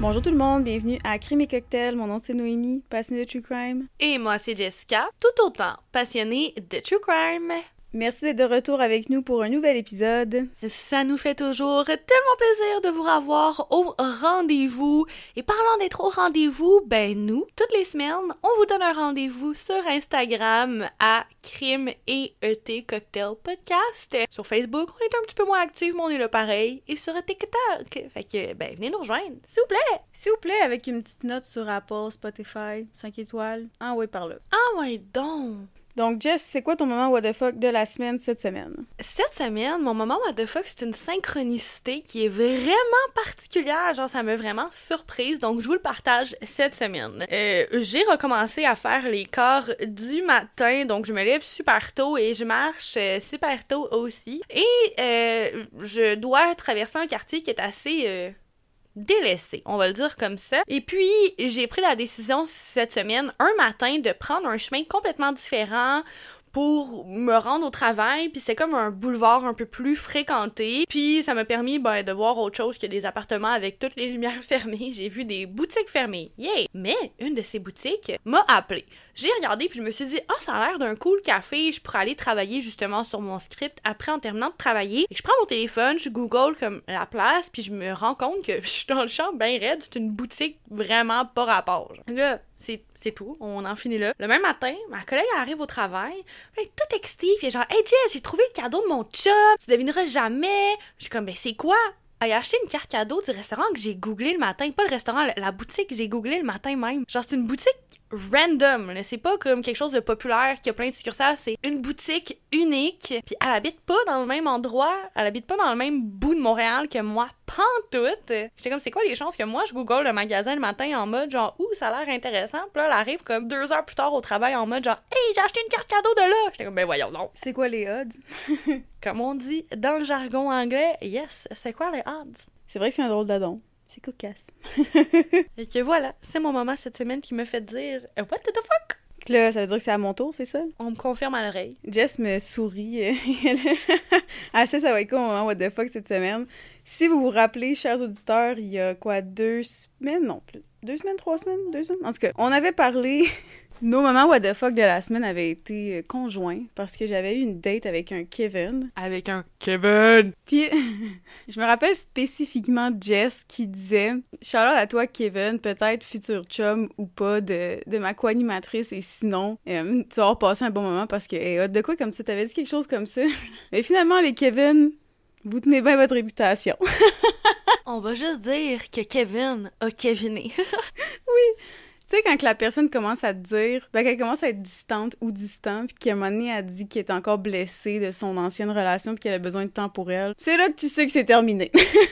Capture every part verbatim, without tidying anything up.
Bonjour tout le monde, bienvenue à Crime et Cocktail. Mon nom c'est Noémie, passionnée de True Crime. Et moi c'est Jessica, tout autant passionnée de True Crime. Merci d'être de retour avec nous pour un nouvel épisode. Ça nous fait toujours tellement plaisir de vous revoir au rendez-vous. Et parlant d'être au rendez-vous, ben nous, toutes les semaines, on vous donne un rendez-vous sur Instagram à Crime et E T Cocktail Podcast. Sur Facebook, on est un petit peu moins actifs, mais on est là pareil. Et sur TikTok. Fait que, ben venez nous rejoindre, s'il vous plaît. S'il vous plaît, avec une petite note sur Apple, Spotify, cinq étoiles. Ah ouais, par là. Ah ouais, donc. Donc, Jess, c'est quoi ton moment what the fuck de la semaine cette semaine? Cette semaine, mon moment what the fuck, c'est une synchronicité qui est vraiment particulière. Genre, ça m'a vraiment surprise. Donc, je vous le partage cette semaine. Euh, j'ai recommencé à faire les corps du matin. Donc, je me lève super tôt et je marche euh, super tôt aussi. Et euh, je dois traverser un quartier qui est assez... Euh, délaissé, on va le dire comme ça. Et puis, j'ai pris la décision cette semaine, un matin, de prendre un chemin complètement différent pour me rendre au travail, puis c'était comme un boulevard un peu plus fréquenté, puis ça m'a permis ben, de voir autre chose que des appartements avec toutes les lumières fermées. J'ai vu des boutiques fermées, yay! Mais une de ces boutiques m'a appelé. J'ai regardé puis je me suis dit, ah, oh, ça a l'air d'un cool café, je pourrais aller travailler justement sur mon script après en terminant de travailler. Et je prends mon téléphone, je google comme la place, puis je me rends compte que je suis dans le champ bien raide, c'est une boutique vraiment pas rapport. Là, c'est, c'est tout, on en finit là. Le même matin, ma collègue elle arrive au travail, elle est toute excitée, puis genre, hey Jess, j'ai trouvé le cadeau de mon chum, tu devineras jamais. Je suis comme, ben c'est quoi? Elle a acheté une carte cadeau du restaurant que j'ai googlé le matin. Pas le restaurant, la, la boutique que j'ai googlé le matin même. Genre, c'est une boutique random, là. C'est pas comme quelque chose de populaire qui a plein de succursales. C'est une boutique unique. Puis elle habite pas dans le même endroit. Elle habite pas dans le même bout de Montréal que moi. Pantoute! J'étais comme, c'est quoi les chances que moi, je google le magasin le matin en mode genre, ouh, ça a l'air intéressant. Puis là, elle arrive comme deux heures plus tard au travail en mode genre, hey, j'ai acheté une carte cadeau de là! J'étais comme, ben voyons donc. C'est quoi les odds? Comme on dit dans le jargon anglais, yes, c'est quoi les odds? C'est vrai que c'est un drôle d'adon. C'est cocasse. Et que voilà, c'est mon moment cette semaine qui me fait dire « What the fuck? » Là, ça veut dire que c'est à mon tour, c'est ça? On me confirme à l'oreille. Jess me sourit. Ah, ça, ça va être quoi mon moment what the fuck cette semaine? Si vous vous rappelez, chers auditeurs, il y a quoi, deux semaines? Non, plus. Deux semaines, trois semaines? Deux semaines? En tout cas, on avait parlé... Nos moments what the fuck de la semaine avaient été conjoints parce que j'avais eu une date avec un Kevin. Avec un Kevin! Puis, je me rappelle spécifiquement Jess qui disait « Shout-out à toi, Kevin, peut-être futur chum ou pas de, de ma co-animatrice et sinon, euh, tu vas avoir passé un bon moment parce que, hey, de quoi comme ça? T'avais dit quelque chose comme ça? » Mais finalement, les Kevin, vous tenez bien votre réputation. On va juste dire que Kevin a Keviné. Oui! Tu sais, quand la personne commence à te dire, ben, qu'elle commence à être distante ou distant, puis qu'à un moment donné, elle dit qu'elle est encore blessée de son ancienne relation, puis qu'elle a besoin de temps pour elle, c'est là que tu sais que c'est terminé.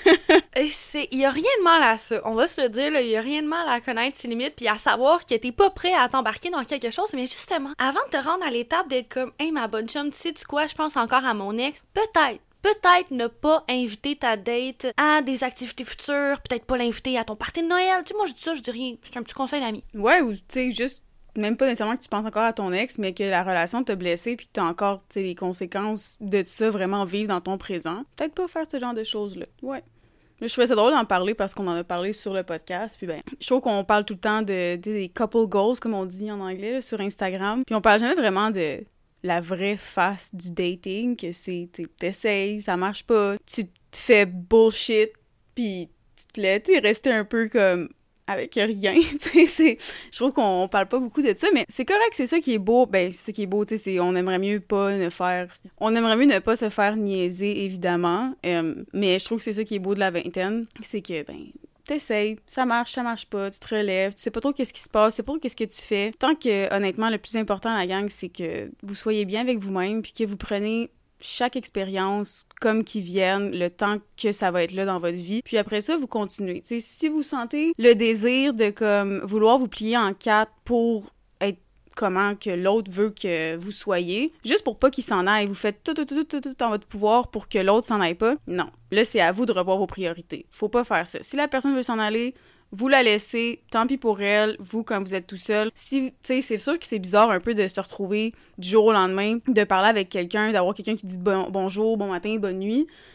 Il y a rien de mal à ça. On va se le dire, il y a rien de mal à connaître ses limites, puis à savoir que t'es pas prêt à t'embarquer dans quelque chose, mais justement, avant de te rendre à l'étape d'être comme « Hey, ma bonne chum, tu sais -tu quoi, je pense encore à mon ex », peut-être. Peut-être ne pas inviter ta date à des activités futures, peut-être pas l'inviter à ton party de Noël. Tu sais, moi, je dis ça, je dis rien. C'est un petit conseil d'amis. Ouais, ou tu sais, juste, même pas nécessairement que tu penses encore à ton ex, mais que la relation t'a blessé puis que t'as encore, tu sais, les conséquences de ça vraiment vivre dans ton présent. Peut-être pas faire ce genre de choses-là. Ouais. Je trouvais ça drôle d'en parler parce qu'on en a parlé sur le podcast, puis ben, je trouve qu'on parle tout le temps de, de des couple goals, comme on dit en anglais, là, sur Instagram, puis on parle jamais vraiment de... la vraie face du dating, que c'est, t'essayes, ça marche pas, tu te fais bullshit, puis tu te laisses, t'es resté un peu comme avec rien, tu sais, je trouve qu'on parle pas beaucoup de ça, mais c'est correct, c'est ça qui est beau, ben, c'est ça qui est beau, tu sais, c'est, on aimerait mieux pas ne faire, on aimerait mieux ne pas se faire niaiser, évidemment, euh, mais je trouve que c'est ça qui est beau de la vingtaine, c'est que, ben, t'essayes, ça marche, ça marche pas, tu te relèves, tu sais pas trop qu'est-ce qui se passe, tu sais pas trop qu'est-ce que tu fais. Tant que, honnêtement, le plus important à la gang, c'est que vous soyez bien avec vous-même, puis que vous prenez chaque expérience comme qu'ils viennent, le temps que ça va être là dans votre vie. Puis après ça, vous continuez. Tu sais, si vous sentez le désir de comme vouloir vous plier en quatre pour être comment que l'autre veut que vous soyez, juste pour pas qu'il s'en aille, vous faites tout, tout, tout, tout, tout en votre pouvoir pour que l'autre s'en aille pas. Non. Là, c'est à vous de revoir vos priorités. Faut pas faire ça. Si la personne veut s'en aller, vous la laissez, tant pis pour elle, vous, quand vous êtes tout seul. Si, tu sais, c'est sûr que c'est bizarre un peu de se retrouver du jour au lendemain, de parler avec quelqu'un, d'avoir quelqu'un qui dit bon, bonjour, bon matin, bonne nuit,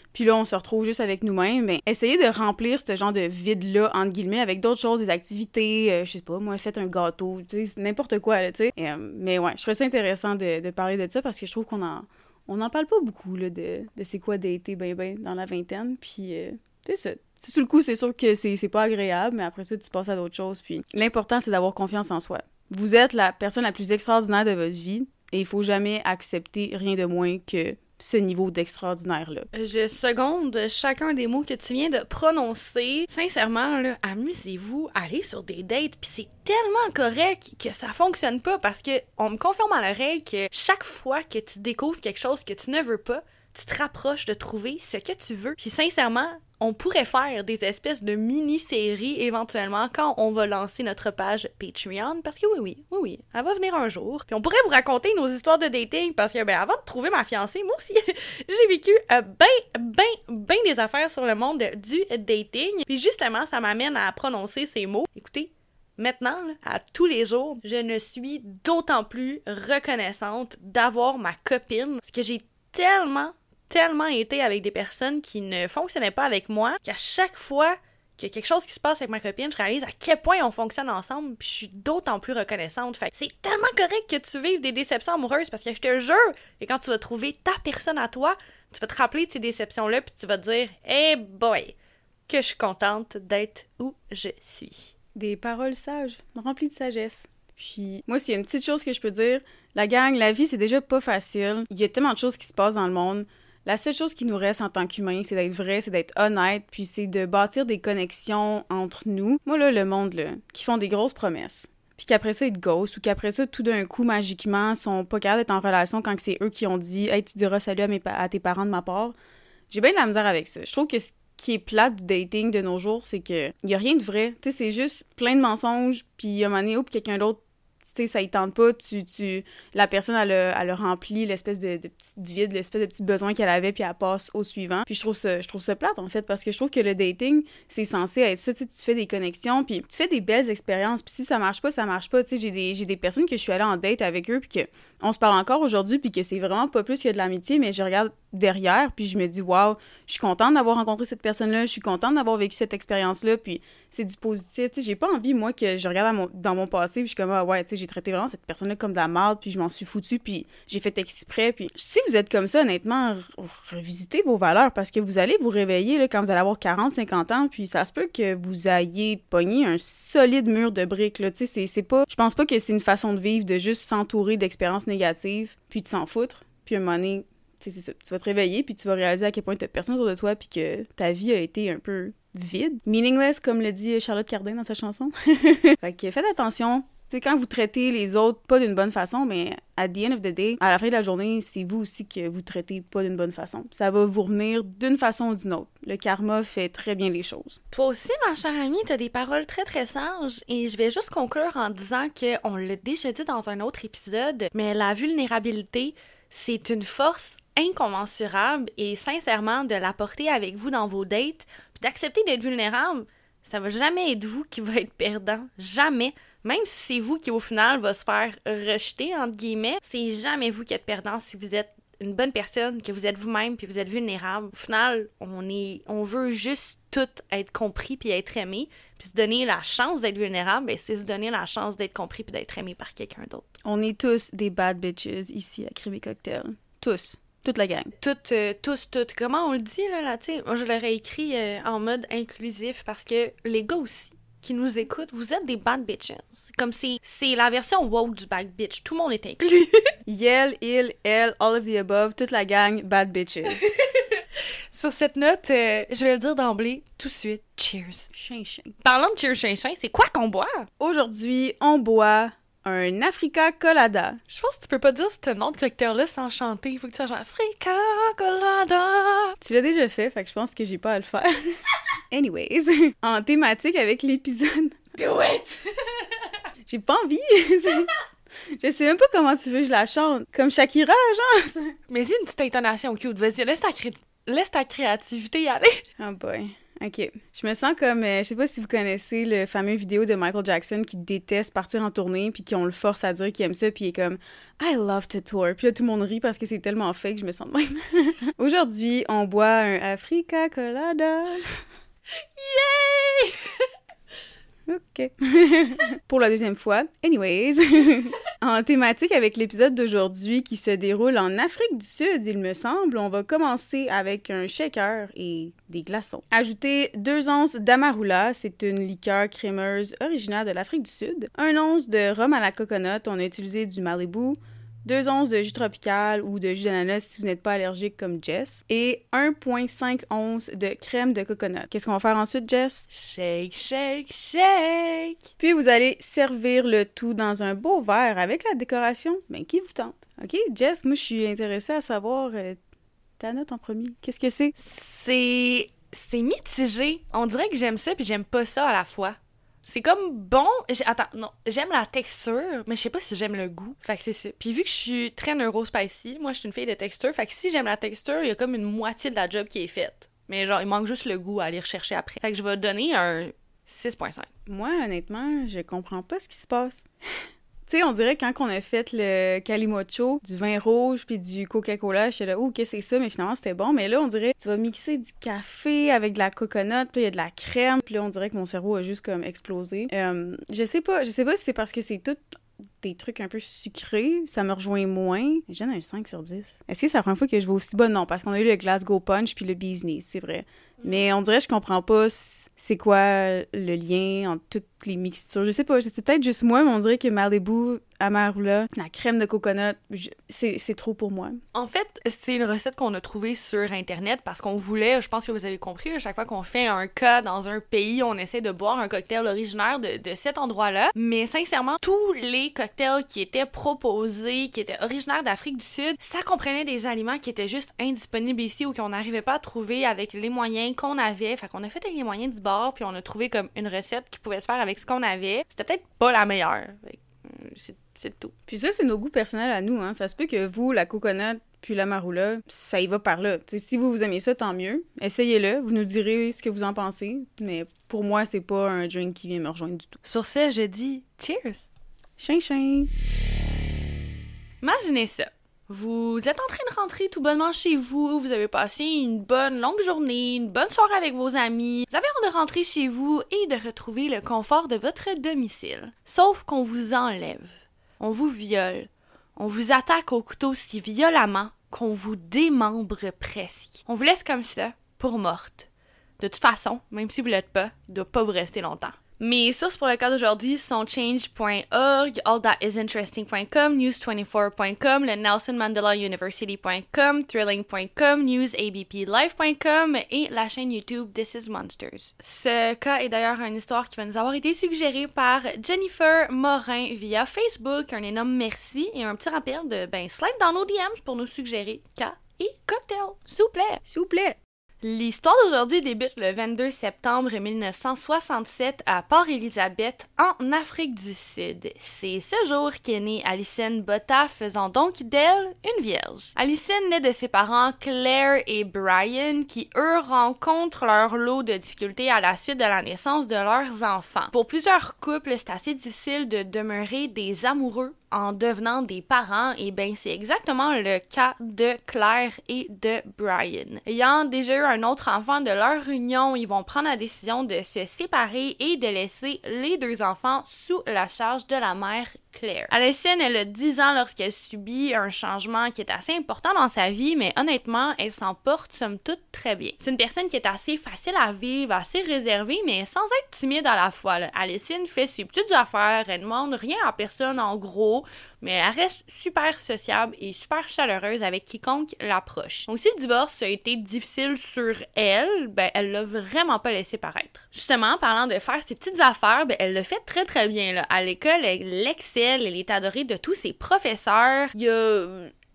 puis là, on se retrouve juste avec nous-mêmes, ben, essayez de remplir ce genre de vide-là, entre guillemets, avec d'autres choses, des activités, euh, je sais pas, moi, faites un gâteau, tu sais, n'importe quoi, là, tu sais. Euh, mais ouais, je trouve ça intéressant de, de parler de ça, parce que je trouve qu'on en, on en parle pas beaucoup, là, de, de c'est quoi dater ben ben dans la vingtaine, puis euh, c'est ça. Sur le coup, c'est sûr que c'est, c'est pas agréable, mais après ça, tu passes à d'autres choses, puis l'important, c'est d'avoir confiance en soi. Vous êtes la personne la plus extraordinaire de votre vie, et il faut jamais accepter rien de moins que ce niveau d'extraordinaire-là. Je seconde chacun des mots que tu viens de prononcer. Sincèrement, là, amusez-vous, allez sur des dates, puis c'est tellement correct que ça fonctionne pas parce que on me confirme à l'oreille que chaque fois que tu découvres quelque chose que tu ne veux pas, tu te rapproches de trouver ce que tu veux. Puis sincèrement, on pourrait faire des espèces de mini-séries éventuellement quand on va lancer notre page Patreon, parce que oui, oui, oui, oui, elle va venir un jour. Puis on pourrait vous raconter nos histoires de dating, parce que, ben, avant de trouver ma fiancée, moi aussi, j'ai vécu euh, ben, ben, ben des affaires sur le monde du dating. Puis justement, ça m'amène à prononcer ces mots. Écoutez, maintenant, là, à tous les jours, je ne suis d'autant plus reconnaissante d'avoir ma copine, parce que j'ai tellement tellement été avec des personnes qui ne fonctionnaient pas avec moi, qu'à chaque fois qu'il y a quelque chose qui se passe avec ma copine, je réalise à quel point on fonctionne ensemble, puis je suis d'autant plus reconnaissante. Fait que c'est tellement correct que tu vives des déceptions amoureuses, parce que je te jure, et quand tu vas trouver ta personne à toi, tu vas te rappeler de ces déceptions-là, puis tu vas te dire « Hey boy, que je suis contente d'être où je suis. » Des paroles sages, remplies de sagesse. Puis moi, s'il y a une petite chose que je peux dire, la gang, la vie, c'est déjà pas facile. Il y a tellement de choses qui se passent dans le monde. La seule chose qui nous reste en tant qu'humains, c'est d'être vrai, c'est d'être honnête, puis c'est de bâtir des connexions entre nous. Moi, là, le monde, là, qui font des grosses promesses, puis qu'après ça, ils te ghostent, ou qu'après ça, tout d'un coup, magiquement, sont pas capables d'être en relation quand c'est eux qui ont dit « Hey, tu diras salut à, mes pa- à tes parents de ma part », j'ai bien de la misère avec ça. Je trouve que ce qui est plate du dating de nos jours, c'est que y a rien de vrai. Tu sais, c'est juste plein de mensonges, puis à un moment donné, oh, puis quelqu'un d'autre, tu sais, ça y tente pas, tu, tu, la personne, elle a, elle a rempli l'espèce de, de petit vide, l'espèce de petit besoin qu'elle avait, puis elle passe au suivant. Puis je trouve ça, je trouve ça plate, en fait, parce que je trouve que le dating, c'est censé être ça, tu sais, tu fais des connexions, puis tu fais des belles expériences, puis si ça marche pas, ça marche pas, tu sais, j'ai des, j'ai des personnes que je suis allée en date avec eux, puis que on se parle encore aujourd'hui, puis que c'est vraiment pas plus que de l'amitié, mais je regarde derrière, puis je me dis, waouh, je suis contente d'avoir rencontré cette personne-là, je suis contente d'avoir vécu cette expérience-là, puis c'est du positif, tu sais, j'ai pas envie, moi, que je regarde dans mon, dans mon passé, puis je suis comme, ah ouais, tu sais, j'ai traité vraiment cette personne-là comme de la merde, puis je m'en suis foutue, puis j'ai fait exprès, puis si vous êtes comme ça, honnêtement, re- revisitez vos valeurs, parce que vous allez vous réveiller, là, quand vous allez avoir quarante, cinquante ans, puis ça se peut que vous ayez pogné un solide mur de briques, là, tu sais, c'est, c'est pas, je pense pas que c'est une façon de vivre, de juste s'entourer d'expériences négatives, puis de s'en foutre, puis à un moment donné, tu sais, c'est ça, tu vas te réveiller, puis tu vas réaliser à quel point t'as personne autour de toi, puis que ta vie a été un peu vide. Meaningless, comme le dit Charlotte Cardin dans sa chanson. Fait que faites attention. Tu sais, quand vous traitez les autres pas d'une bonne façon, mais at the end of the day, à la fin de la journée, c'est vous aussi que vous traitez pas d'une bonne façon. Ça va vous revenir d'une façon ou d'une autre. Le karma fait très bien les choses. Toi aussi, ma chère amie, t'as des paroles très très sages, et je vais juste conclure en disant qu'on l'a déjà dit dans un autre épisode, mais la vulnérabilité, c'est une force incommensurable, et sincèrement, de la porter avec vous dans vos dates, puis d'accepter d'être vulnérable, ça va jamais être vous qui va être perdant. Jamais. Même si c'est vous qui, au final, va se faire rejeter, entre guillemets, c'est jamais vous qui êtes perdant si vous êtes une bonne personne, que vous êtes vous-même, puis vous êtes vulnérable. Au final, on est, on veut juste tout être compris puis être aimé, puis se donner la chance d'être vulnérable, ben c'est se donner la chance d'être compris puis d'être aimé par quelqu'un d'autre. On est tous des bad bitches ici à Crime et Cocktail. Tous. Toute la gang. Toutes, euh, tous, toutes. Comment on le dit, là, là, tu sais? Moi, je l'aurais écrit euh, en mode inclusif parce que les gars aussi qui nous écoutent, vous êtes des bad bitches. Comme c'est, c'est la version woke du bad bitch. Tout le monde est inclus. Yel, il, elle, all of the above, toute la gang, bad bitches. Sur cette note, euh, je vais le dire d'emblée, tout de suite, cheers. Chien, chien. Parlant de cheers, chien, chien, c'est quoi qu'on boit? Aujourd'hui, on boit un Africa Colada. Je pense que tu peux pas dire ce nom de cocktail-là sans chanter. Il faut que tu sois genre Africa Colada. Tu l'as déjà fait, fait que je pense que j'ai pas à le faire. Anyways, en thématique avec l'épisode... Do it! J'ai pas envie. Je sais même pas comment tu veux que je la chante. Comme Shakira, genre. Mais c'est une petite intonation cute. Vas-y, laisse ta, cré... laisse ta créativité y aller. Oh boy. OK. Je me sens comme, euh, je sais pas si vous connaissez le fameux vidéo de Michael Jackson qui déteste partir en tournée puis qu'on le force à dire qu'il aime ça puis il est comme « I love to tour ». Puis là, tout le monde rit parce que c'est tellement fake que je me sens de même. Aujourd'hui, on boit un Africa Colada. Yay! OK. Pour la deuxième fois. Anyways. En thématique avec l'épisode d'aujourd'hui qui se déroule en Afrique du Sud, il me semble, on va commencer avec un shaker et des glaçons. Ajoutez deux onces d'amarula, c'est une liqueur crémeuse originaire de l'Afrique du Sud. Un once de rhum à la coconut, on a utilisé du Malibu. Deux onces de jus tropical ou de jus d'ananas si vous n'êtes pas allergique comme Jess. Et un virgule cinq onces de crème de coconut. Qu'est-ce qu'on va faire ensuite, Jess? Shake, shake, shake! Puis vous allez servir le tout dans un beau verre avec la décoration ben, qui vous tente. OK, Jess, moi je suis intéressée à savoir euh, ta note en premier. Qu'est-ce que c'est? C'est... c'est mitigé. On dirait que j'aime ça puis j'aime pas ça à la fois. C'est comme bon... J'ai... Attends, non. J'aime la texture, mais je sais pas si j'aime le goût. Fait que c'est ça. Puis vu que je suis très neuro-spicy, moi, je suis une fille de texture. Fait que si j'aime la texture, il y a comme une moitié de la job qui est faite. Mais genre, il manque juste le goût à aller rechercher après. Fait que je vais donner un six virgule cinq. Moi, honnêtement, je comprends pas ce qui se passe. Tu sais, on dirait que quand on a fait le calimocho, du vin rouge puis du Coca-Cola, j'étais là, oh, qu'est-ce que c'est ça? Mais finalement, c'était bon. Mais là, on dirait, tu vas mixer du café avec de la coconut, puis il y a de la crème, puis là, on dirait que mon cerveau a juste comme explosé. Euh, je sais pas, je sais pas si c'est parce que c'est tout des trucs un peu sucrés, ça me rejoint moins. Je donne un cinq sur dix. Est-ce que c'est la première fois que je vais aussi bas? Non, parce qu'on a eu le Glasgow Punch puis le Bee's Knees, c'est vrai. Mais on dirait que je comprends pas c'est quoi le lien entre toutes les mixtures. Je sais pas, c'est peut-être juste moi, mais on dirait que Malibu, Amarula, la crème de coconut, je, c'est, c'est trop pour moi. En fait, c'est une recette qu'on a trouvée sur Internet parce qu'on voulait, je pense que vous avez compris, à chaque fois qu'on fait un cas dans un pays, on essaie de boire un cocktail originaire de, de cet endroit-là. Mais sincèrement, tous les cocktails qui étaient proposés, qui étaient originaires d'Afrique du Sud, ça comprenait des aliments qui étaient juste indisponibles ici ou qu'on n'arrivait pas à trouver avec les moyens qu'on avait. Fait qu'on a fait avec les moyens du bord, puis on a trouvé comme une recette qui pouvait se faire avec ce qu'on avait. C'était peut-être pas la meilleure. Fait que, c'est, c'est tout. Puis ça, c'est nos goûts personnels à nous, hein. Ça se peut que vous, la coconut puis la marula, ça y va par là. T'sais, si vous vous aimez ça, tant mieux. Essayez-le, vous nous direz ce que vous en pensez. Mais pour moi, c'est pas un drink qui vient me rejoindre du tout. Sur ce, je dis cheers! Chin chin! Imaginez ça. Vous êtes en train de rentrer tout bonnement chez vous, vous avez passé une bonne longue journée, une bonne soirée avec vos amis, vous avez hâte de rentrer chez vous et de retrouver le confort de votre domicile. Sauf qu'on vous enlève, on vous viole, on vous attaque au couteau si violemment qu'on vous démembre presque. On vous laisse comme ça, pour morte. De toute façon, même si vous l'êtes pas, il doit pas vous rester longtemps. Mes sources pour le cas d'aujourd'hui sont change point org, all that is interesting point com, news vingt-quatre point com, le Nelson Mandela University point com, thrilling point com, news a b p live point com et la chaîne YouTube This is Monsters. Ce cas est d'ailleurs une histoire qui va nous avoir été suggérée par Jennifer Morin via Facebook. Un énorme merci et un petit rappel de ben slide dans nos D Ms pour nous suggérer cas et cocktail. S'il vous plaît, s'il vous plaît. L'histoire d'aujourd'hui débute le vingt-deux septembre mille neuf cent soixante-sept à Port-Elizabeth, en Afrique du Sud. C'est ce jour qu'est née Alicenne Botta, faisant donc d'elle une vierge. Alicenne naît de ses parents Claire et Brian, qui eux rencontrent leur lot de difficultés à la suite de la naissance de leurs enfants. Pour plusieurs couples, c'est assez difficile de demeurer des amoureux en devenant des parents, et ben c'est exactement le cas de Claire et de Brian. Ayant déjà eu un autre enfant de leur union, ils vont prendre la décision de se séparer et de laisser les deux enfants sous la charge de la mère Claire. Alicenne, elle a dix ans lorsqu'elle subit un changement qui est assez important dans sa vie, mais honnêtement, elle s'en porte somme toute très bien. C'est une personne qui est assez facile à vivre, assez réservée, mais sans être timide à la fois. Là. Alicenne fait ses petites affaires, elle demande rien à personne en gros, mais elle reste super sociable et super chaleureuse avec quiconque l'approche. Donc si le divorce a été difficile sur elle, ben elle l'a vraiment pas laissé paraître. Justement, parlant de faire ses petites affaires, ben elle le fait très très bien là. À l'école, elle excelle, elle est adorée de tous ses professeurs. Il y a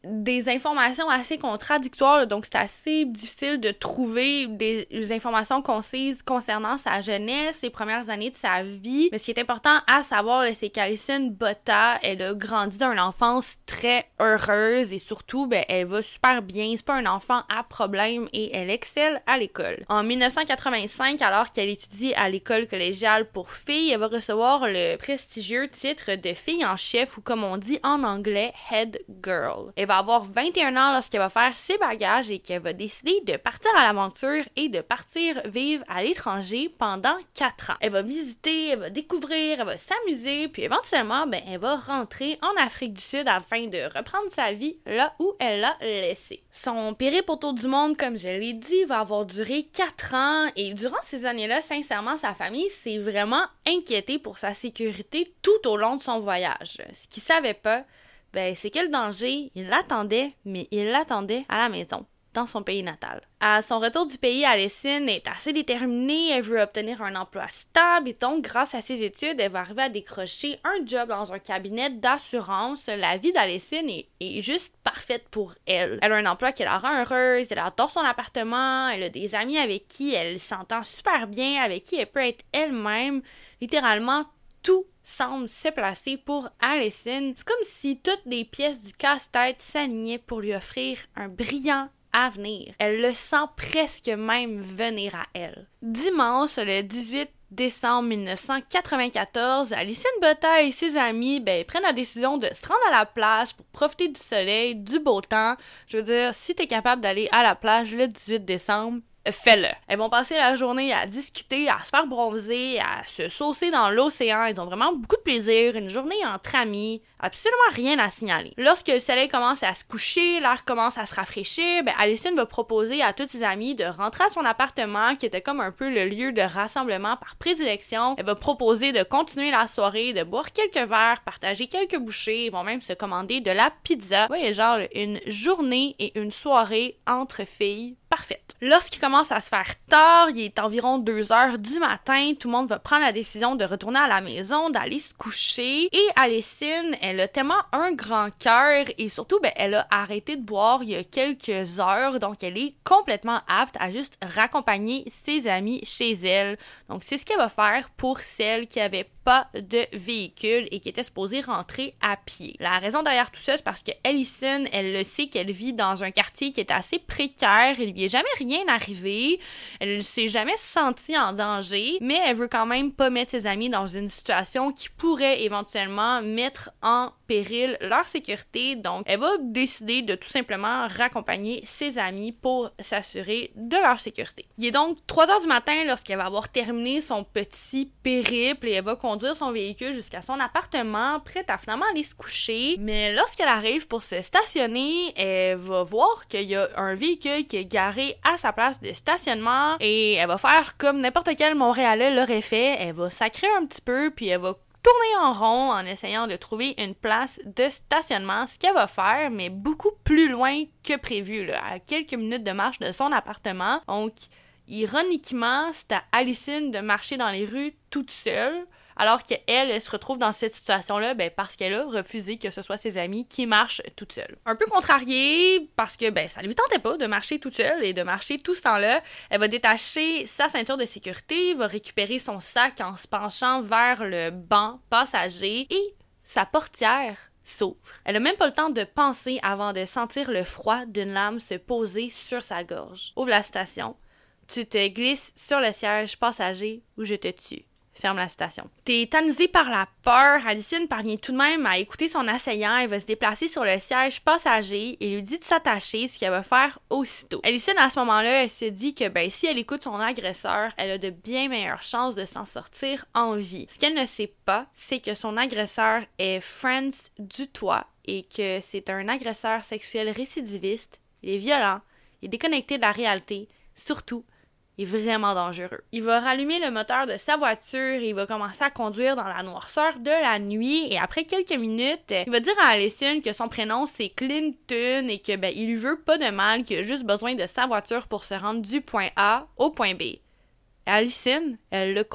des informations assez contradictoires, donc c'est assez difficile de trouver des, des informations concises concernant sa jeunesse, les premières années de sa vie. Mais ce qui est important à savoir, là, c'est qu'Alison Botta, elle a grandi d'une enfance très heureuse et surtout, ben, elle va super bien. C'est pas un enfant à problème et elle excelle à l'école. En dix-neuf cent quatre-vingt-cinq, alors qu'elle étudie à l'école collégiale pour filles, elle va recevoir le prestigieux titre de fille en chef ou comme on dit en anglais, head girl. Elle va avoir vingt et un ans lorsqu'elle va faire ses bagages et qu'elle va décider de partir à l'aventure et de partir vivre à l'étranger pendant quatre ans. Elle va visiter, elle va découvrir, elle va s'amuser, puis éventuellement, ben, elle va rentrer en Afrique du Sud afin de reprendre sa vie là où elle l'a laissée. Son périple autour du monde, comme je l'ai dit, va avoir duré quatre ans et durant ces années-là, sincèrement, sa famille s'est vraiment inquiétée pour sa sécurité tout au long de son voyage. Ce qu'ils savaient pas, ben, c'est que le danger, il l'attendait, mais il l'attendait à la maison, dans son pays natal. À son retour du pays, Alison est assez déterminée, elle veut obtenir un emploi stable et donc, grâce à ses études, elle va arriver à décrocher un job dans un cabinet d'assurance. La vie d'Alison est, est juste parfaite pour elle. Elle a un emploi qui la rend heureuse, elle adore son appartement, elle a des amis avec qui elle s'entend super bien, avec qui elle peut être elle-même. Littéralement, tout semble se placer pour Alison. C'est comme si toutes les pièces du casse-tête s'alignaient pour lui offrir un brillant avenir. Elle le sent presque même venir à elle. Dimanche, le dix-huit décembre mille neuf cent quatre-vingt-quatorze, Alison Botta et ses amis ben, prennent la décision de se rendre à la plage pour profiter du soleil, du beau temps. Je veux dire, si t'es capable d'aller à la plage le dix-huit décembre, fais-le. Elles vont passer la journée à discuter, à se faire bronzer, à se saucer dans l'océan. Ils ont vraiment beaucoup de plaisir. Une journée entre amis. Absolument rien à signaler. Lorsque le soleil commence à se coucher, l'air commence à se rafraîchir, ben Alison va proposer à toutes ses amies de rentrer à son appartement, qui était comme un peu le lieu de rassemblement par prédilection. Elle va proposer de continuer la soirée, de boire quelques verres, partager quelques bouchées. Ils vont même se commander de la pizza. Ouais, genre une journée et une soirée entre filles parfaite. Lorsqu'il commence à se faire tard, il est environ deux heures du matin, tout le monde va prendre la décision de retourner à la maison, d'aller se coucher. Et Alison, elle a tellement un grand cœur et surtout, ben, elle a arrêté de boire il y a quelques heures, donc elle est complètement apte à juste raccompagner ses amis chez elle. Donc c'est ce qu'elle va faire pour celles qui avaient pas de véhicule et qui étaient supposées rentrer à pied. La raison derrière tout ça, c'est parce que Alison, elle le sait qu'elle vit dans un quartier qui est assez précaire, il lui est jamais rien arrivé, elle s'est jamais sentie en danger, mais elle veut quand même pas mettre ses amis dans une situation qui pourrait éventuellement mettre en péril leur sécurité, donc elle va décider de tout simplement raccompagner ses amis pour s'assurer de leur sécurité. Il est donc trois heures du matin lorsqu'elle va avoir terminé son petit périple et elle va conduire son véhicule jusqu'à son appartement, prête à finalement aller se coucher, mais lorsqu'elle arrive pour se stationner, elle va voir qu'il y a un véhicule qui est garé à sa place de stationnement et elle va faire comme n'importe quel Montréalais l'aurait fait, elle va sacrer un petit peu puis elle va tourner en rond en essayant de trouver une place de stationnement, ce qu'elle va faire, mais beaucoup plus loin que prévu, là, à quelques minutes de marche de son appartement. Donc, ironiquement, c'est à Alison de marcher dans les rues toute seule, alors qu'elle, elle se retrouve dans cette situation-là ben, parce qu'elle a refusé que ce soit ses amis qui marchent toute seule. Un peu contrariée, parce que ben ça lui tentait pas de marcher toute seule et de marcher tout ce temps-là, elle va détacher sa ceinture de sécurité, va récupérer son sac en se penchant vers le banc passager et sa portière s'ouvre. Elle a même pas le temps de penser avant de sentir le froid d'une lame se poser sur sa gorge. Ouvre la station, tu te glisses sur le siège passager ou je te tue. Ferme la citation. Tétanisée par la peur, Alison parvient tout de même à écouter son assaillant. Elle va se déplacer sur le siège passager et lui dit de s'attacher, ce qu'elle va faire aussitôt. Alison, à ce moment-là, elle se dit que ben si elle écoute son agresseur, elle a de bien meilleures chances de s'en sortir en vie. Ce qu'elle ne sait pas, c'est que son agresseur est Franz Dutoit et que c'est un agresseur sexuel récidiviste. Il est violent, il est déconnecté de la réalité, surtout il est vraiment dangereux. Il va rallumer le moteur de sa voiture et il va commencer à conduire dans la noirceur de la nuit et après quelques minutes, il va dire à Alison que son prénom c'est Clinton et que ben il lui veut pas de mal, qu'il a juste besoin de sa voiture pour se rendre du point A au point B. Et Alison, elle le croit.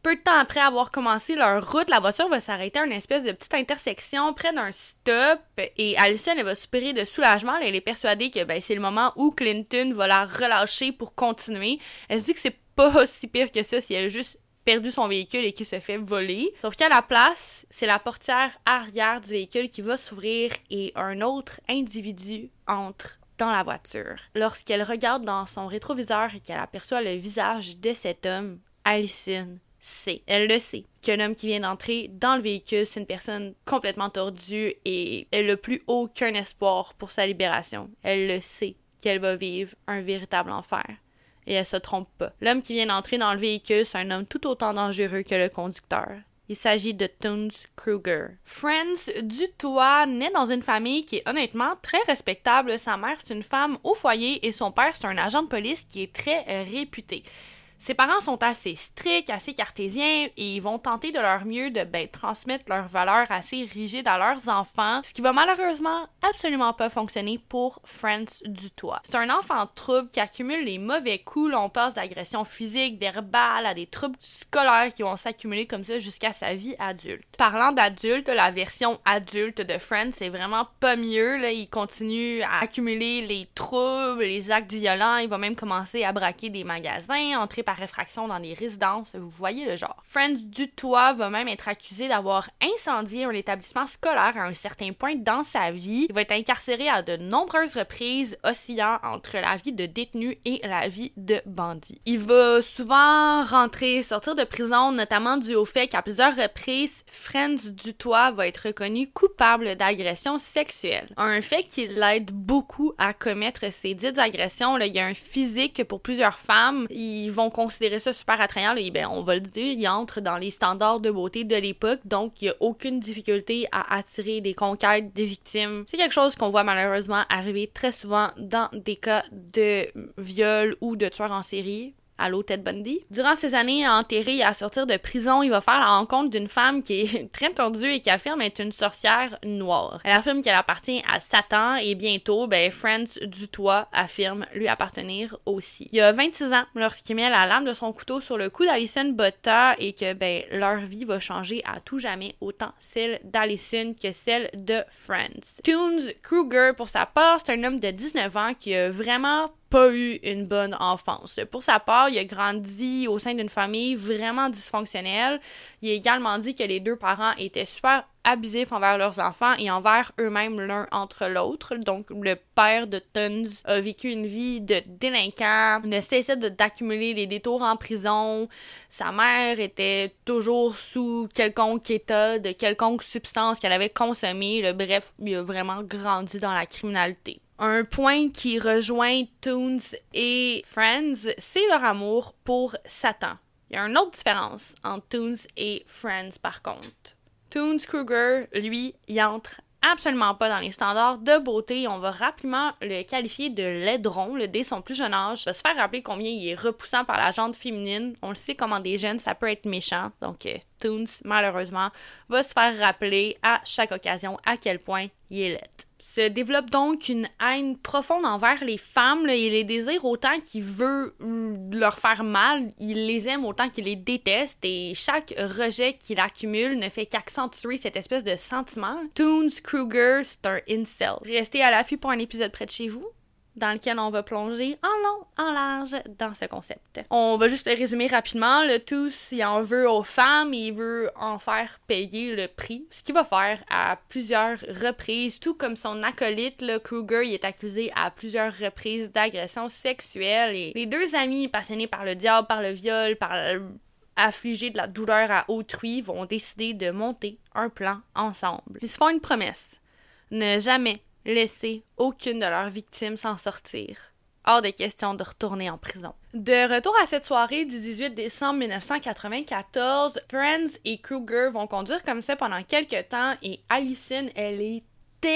Peu de temps après avoir commencé leur route, la voiture va s'arrêter à une espèce de petite intersection près d'un stop et Allison, elle va soupirer de soulagement. Elle est persuadée que ben, c'est le moment où Clinton va la relâcher pour continuer. Elle se dit que c'est pas aussi pire que ça si elle a juste perdu son véhicule et qu'il se fait voler. Sauf qu'à la place, c'est la portière arrière du véhicule qui va s'ouvrir et un autre individu entre dans la voiture. Lorsqu'elle regarde dans son rétroviseur et qu'elle aperçoit le visage de cet homme, Allison sait, elle le sait, que l'homme qui vient d'entrer dans le véhicule, c'est une personne complètement tordue et elle n'a plus aucun espoir pour sa libération. Elle le sait qu'elle va vivre un véritable enfer. Et elle se trompe pas. L'homme qui vient d'entrer dans le véhicule, c'est un homme tout autant dangereux que le conducteur. Il s'agit de Toons Kruger. Franz Dutoit naît dans une famille qui est honnêtement très respectable. Sa mère, c'est une femme au foyer et son père, c'est un agent de police qui est très euh, réputé. Ses parents sont assez stricts, assez cartésiens et ils vont tenter de leur mieux de ben, transmettre leurs valeurs assez rigides à leurs enfants, ce qui va malheureusement absolument pas fonctionner pour Franz Dutoit. C'est un enfant trouble qui accumule les mauvais coups, là, on passe d'agressions physiques, verbales à des troubles scolaires qui vont s'accumuler comme ça jusqu'à sa vie adulte. Parlant d'adulte, la version adulte de Franz, c'est vraiment pas mieux, là, il continue à accumuler les troubles, les actes violents, il va même commencer à braquer des magasins, entrer par réfraction dans des résidences, vous voyez le genre. Franz Dutoit va même être accusé d'avoir incendié un établissement scolaire à un certain point dans sa vie. Il va être incarcéré à de nombreuses reprises, oscillant entre la vie de détenu et la vie de bandit. Il va souvent rentrer, sortir de prison, notamment dû au fait qu'à plusieurs reprises, Franz Dutoit va être reconnu coupable d'agression sexuelle. Un fait qui l'aide beaucoup à commettre ces dites agressions. Là, il y a un physique que pour plusieurs femmes, ils vont considérer ça super attrayant, là, et ben, on va le dire, il entre dans les standards de beauté de l'époque, donc il n'y a aucune difficulté à attirer des conquêtes des victimes. C'est quelque chose qu'on voit malheureusement arriver très souvent dans des cas de viol ou de tueurs en série. Allô, Ted Bundy. Durant ces années enterrées et à sortir de prison, il va faire la rencontre d'une femme qui est très tordue et qui affirme être une sorcière noire. Elle affirme qu'elle appartient à Satan et bientôt, ben, Franz Dutoit affirme lui appartenir aussi. Il y a vingt-six ans, lorsqu'il met la lame de son couteau sur le cou d'Allison Botta et que, ben, leur vie va changer à tout jamais, autant celle d'Allison que celle de Franz. Toons Kruger, pour sa part, c'est un homme de dix-neuf ans qui a vraiment pas eu une bonne enfance. Pour sa part, il a grandi au sein d'une famille vraiment dysfonctionnelle. Il a également dit que les deux parents étaient super abusifs envers leurs enfants et envers eux-mêmes l'un entre l'autre. Donc, le père de Toons a vécu une vie de délinquant, ne cessait de, d'accumuler des détours en prison. Sa mère était toujours sous quelconque état de quelconque substance qu'elle avait consommée. Le, bref, il a vraiment grandi dans la criminalité. Un point qui rejoint Toons et Franz, c'est leur amour pour Satan. Il y a une autre différence entre Toons et Franz par contre. Toons Kruger, lui, il entre absolument pas dans les standards de beauté. On va rapidement le qualifier de laidron, le dès son plus jeune âge. Il va se faire rappeler combien il est repoussant par la jante féminine. On le sait comment des jeunes, ça peut être méchant. Donc, euh, Toons, malheureusement, va se faire rappeler à chaque occasion à quel point il est laid. Se développe donc une haine profonde envers les femmes. Là, il les désire autant qu'il veut leur faire mal. Il les aime autant qu'il les déteste. Et chaque rejet qu'il accumule ne fait qu'accentuer cette espèce de sentiment. Toons Kruger, c'est un incel. Restez à l'affût pour un épisode près de chez vous, dans lequel on va plonger en long, en large dans ce concept. On va juste le résumer rapidement. Le Toos, il en veut aux femmes et il veut en faire payer le prix. Ce qu'il va faire à plusieurs reprises, tout comme son acolyte, le Kruger, il est accusé à plusieurs reprises d'agression sexuelle. Et les deux amis passionnés par le diable, par le viol, par le... affligés de la douleur à autrui, vont décider de monter un plan ensemble. Ils se font une promesse. Ne jamais laisser aucune de leurs victimes s'en sortir. Hors de question de retourner en prison. De retour à cette soirée du dix-huit décembre mille neuf cent quatre-vingt-quatorze, Franz et Kruger vont conduire comme ça pendant quelques temps et Allison, elle est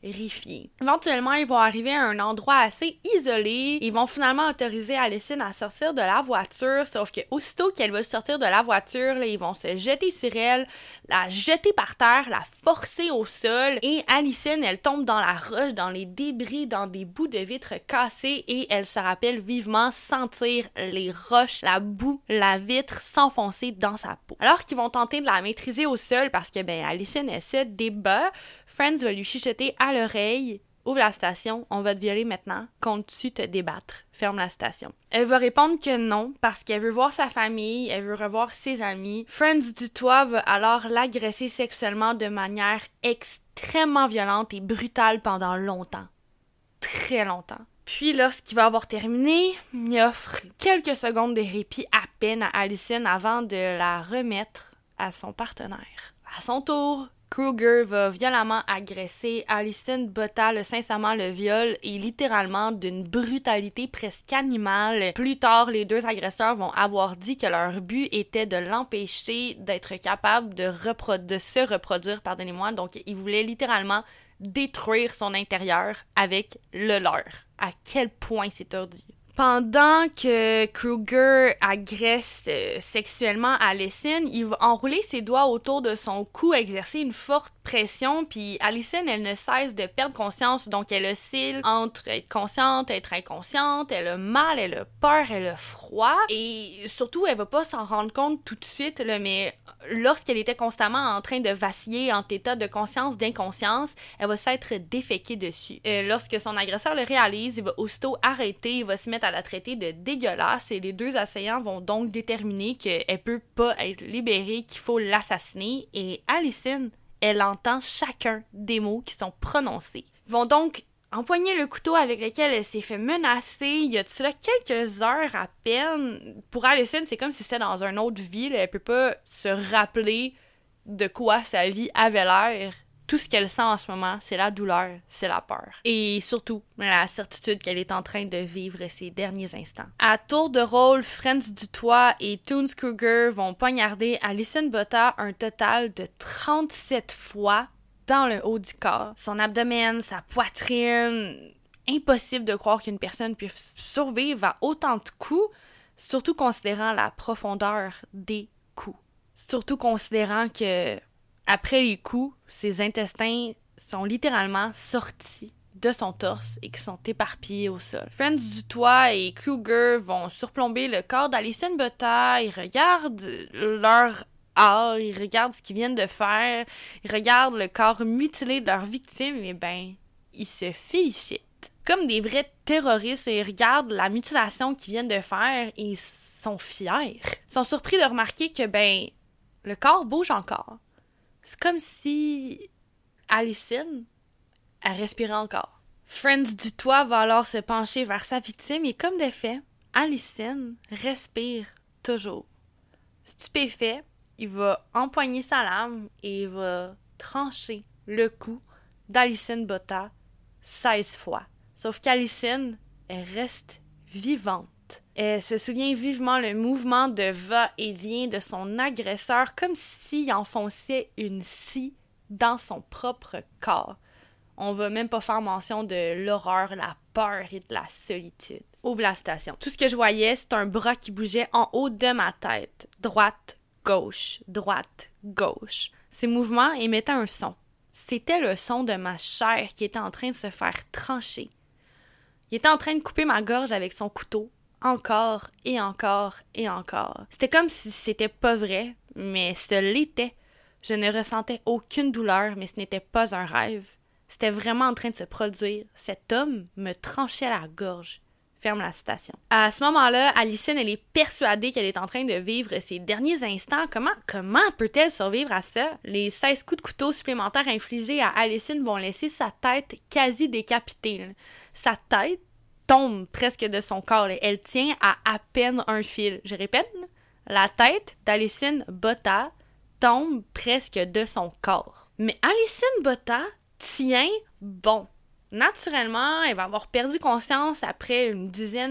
terrifiés. Éventuellement, ils vont arriver à un endroit assez isolé. Ils vont finalement autoriser Allison à sortir de la voiture, sauf que aussitôt qu'elle va sortir de la voiture, là, ils vont se jeter sur elle, la jeter par terre, la forcer au sol, et Allison, elle tombe dans la roche, dans les débris, dans des bouts de vitres cassées, et elle se rappelle vivement sentir les roches, la boue, la vitre s'enfoncer dans sa peau. Alors qu'ils vont tenter de la maîtriser au sol parce que, ben, Allison, elle se débat, Friends va lui chuchoter à l'oreille: ouvre la station, on va te violer maintenant, comptes-tu te débattre? Ferme la station. Elle va répondre que non, parce qu'elle veut voir sa famille, elle veut revoir ses amis. Friends du toit va alors l'agresser sexuellement de manière extrêmement violente et brutale pendant longtemps. Très longtemps. Puis, lorsqu'il va avoir terminé, il offre quelques secondes de répit à peine à Allison avant de la remettre à son partenaire. À son tour, Kruger va violemment agresser Allison Botta, le sincèrement le viol et littéralement d'une brutalité presque animale. Plus tard, les deux agresseurs vont avoir dit que leur but était de l'empêcher d'être capable de, repro- de se reproduire, pardonnez-moi. Donc, ils voulaient littéralement détruire son intérieur avec le leur. À quel point c'est tordu. Pendant que Kruger agresse euh, sexuellement Allison, il va enrouler ses doigts autour de son cou, exercer une forte pression, puis Allison, elle ne cesse de perdre conscience, donc elle oscille entre être consciente, être inconsciente, elle a mal, elle a peur, elle a froid, et surtout, elle va pas s'en rendre compte tout de suite, là, mais lorsqu'elle était constamment en train de vaciller entre état de conscience, d'inconscience, elle va s'être déféquée dessus. Euh, lorsque son agresseur le réalise, il va aussitôt arrêter, il va se mettre à la traiter de dégueulasse, et les deux assaillants vont donc déterminer qu'elle peut pas être libérée, qu'il faut l'assassiner, et Allison, elle entend chacun des mots qui sont prononcés. Ils vont donc empoigner le couteau avec lequel elle s'est fait menacer il y a de cela quelques heures à peine. Pour Allison, c'est comme si c'était dans une autre vie, là. Elle peut pas se rappeler de quoi sa vie avait l'air. Tout ce qu'elle sent en ce moment, c'est la douleur, c'est la peur. Et surtout, la certitude qu'elle est en train de vivre ses derniers instants. À tour de rôle, Friends du toit et Toons Kruger vont poignarder Allison Botta un total de trente-sept fois dans le haut du corps. Son abdomen, sa poitrine... Impossible de croire qu'une personne puisse survivre à autant de coups, surtout considérant la profondeur des coups. Surtout considérant que... Après les coups, ses intestins sont littéralement sortis de son torse et qui sont éparpillés au sol. Friends du toit et Kruger vont surplomber le corps d'Allison Botta. Ils regardent leur art, ils regardent ce qu'ils viennent de faire, ils regardent le corps mutilé de leur victime, et ben, ils se félicitent. Comme des vrais terroristes, ils regardent la mutilation qu'ils viennent de faire et ils sont fiers. Ils sont surpris de remarquer que, ben, le corps bouge encore. C'est comme si Allison, elle respirait encore. Friends du toit va alors se pencher vers sa victime et comme de fait, Allison respire toujours. Stupéfait, il va empoigner sa lame et il va trancher le cou d'Allison Botta seize fois. Sauf qu'Allison, elle reste vivante. Elle se souvient vivement le mouvement de va-et-vient de son agresseur, comme s'il enfonçait une scie dans son propre corps. On va même pas faire mention de l'horreur, la peur et de la solitude. Ouvre la station. Tout ce que je voyais, c'est un bras qui bougeait en haut de ma tête. Droite, gauche, droite, gauche. Ces mouvements émettaient un son. C'était le son de ma chair qui était en train de se faire trancher. Il était en train de couper ma gorge avec son couteau. Encore et encore et encore. C'était comme si c'était pas vrai, mais ce l'était. Je ne ressentais aucune douleur, mais ce n'était pas un rêve. C'était vraiment en train de se produire. Cet homme me tranchait la gorge. Ferme la citation. À ce moment-là, Allison, elle est persuadée qu'elle est en train de vivre ses derniers instants. Comment, comment peut-elle survivre à ça? Les seize coups de couteau supplémentaires infligés à Allison vont laisser sa tête quasi décapitée. Sa tête tombe presque de son corps. Elle tient à à peine un fil. Je répète, la tête d'Allison Botta tombe presque de son corps. Mais Allison Botta tient bon. Naturellement, elle va avoir perdu conscience après une dizaine de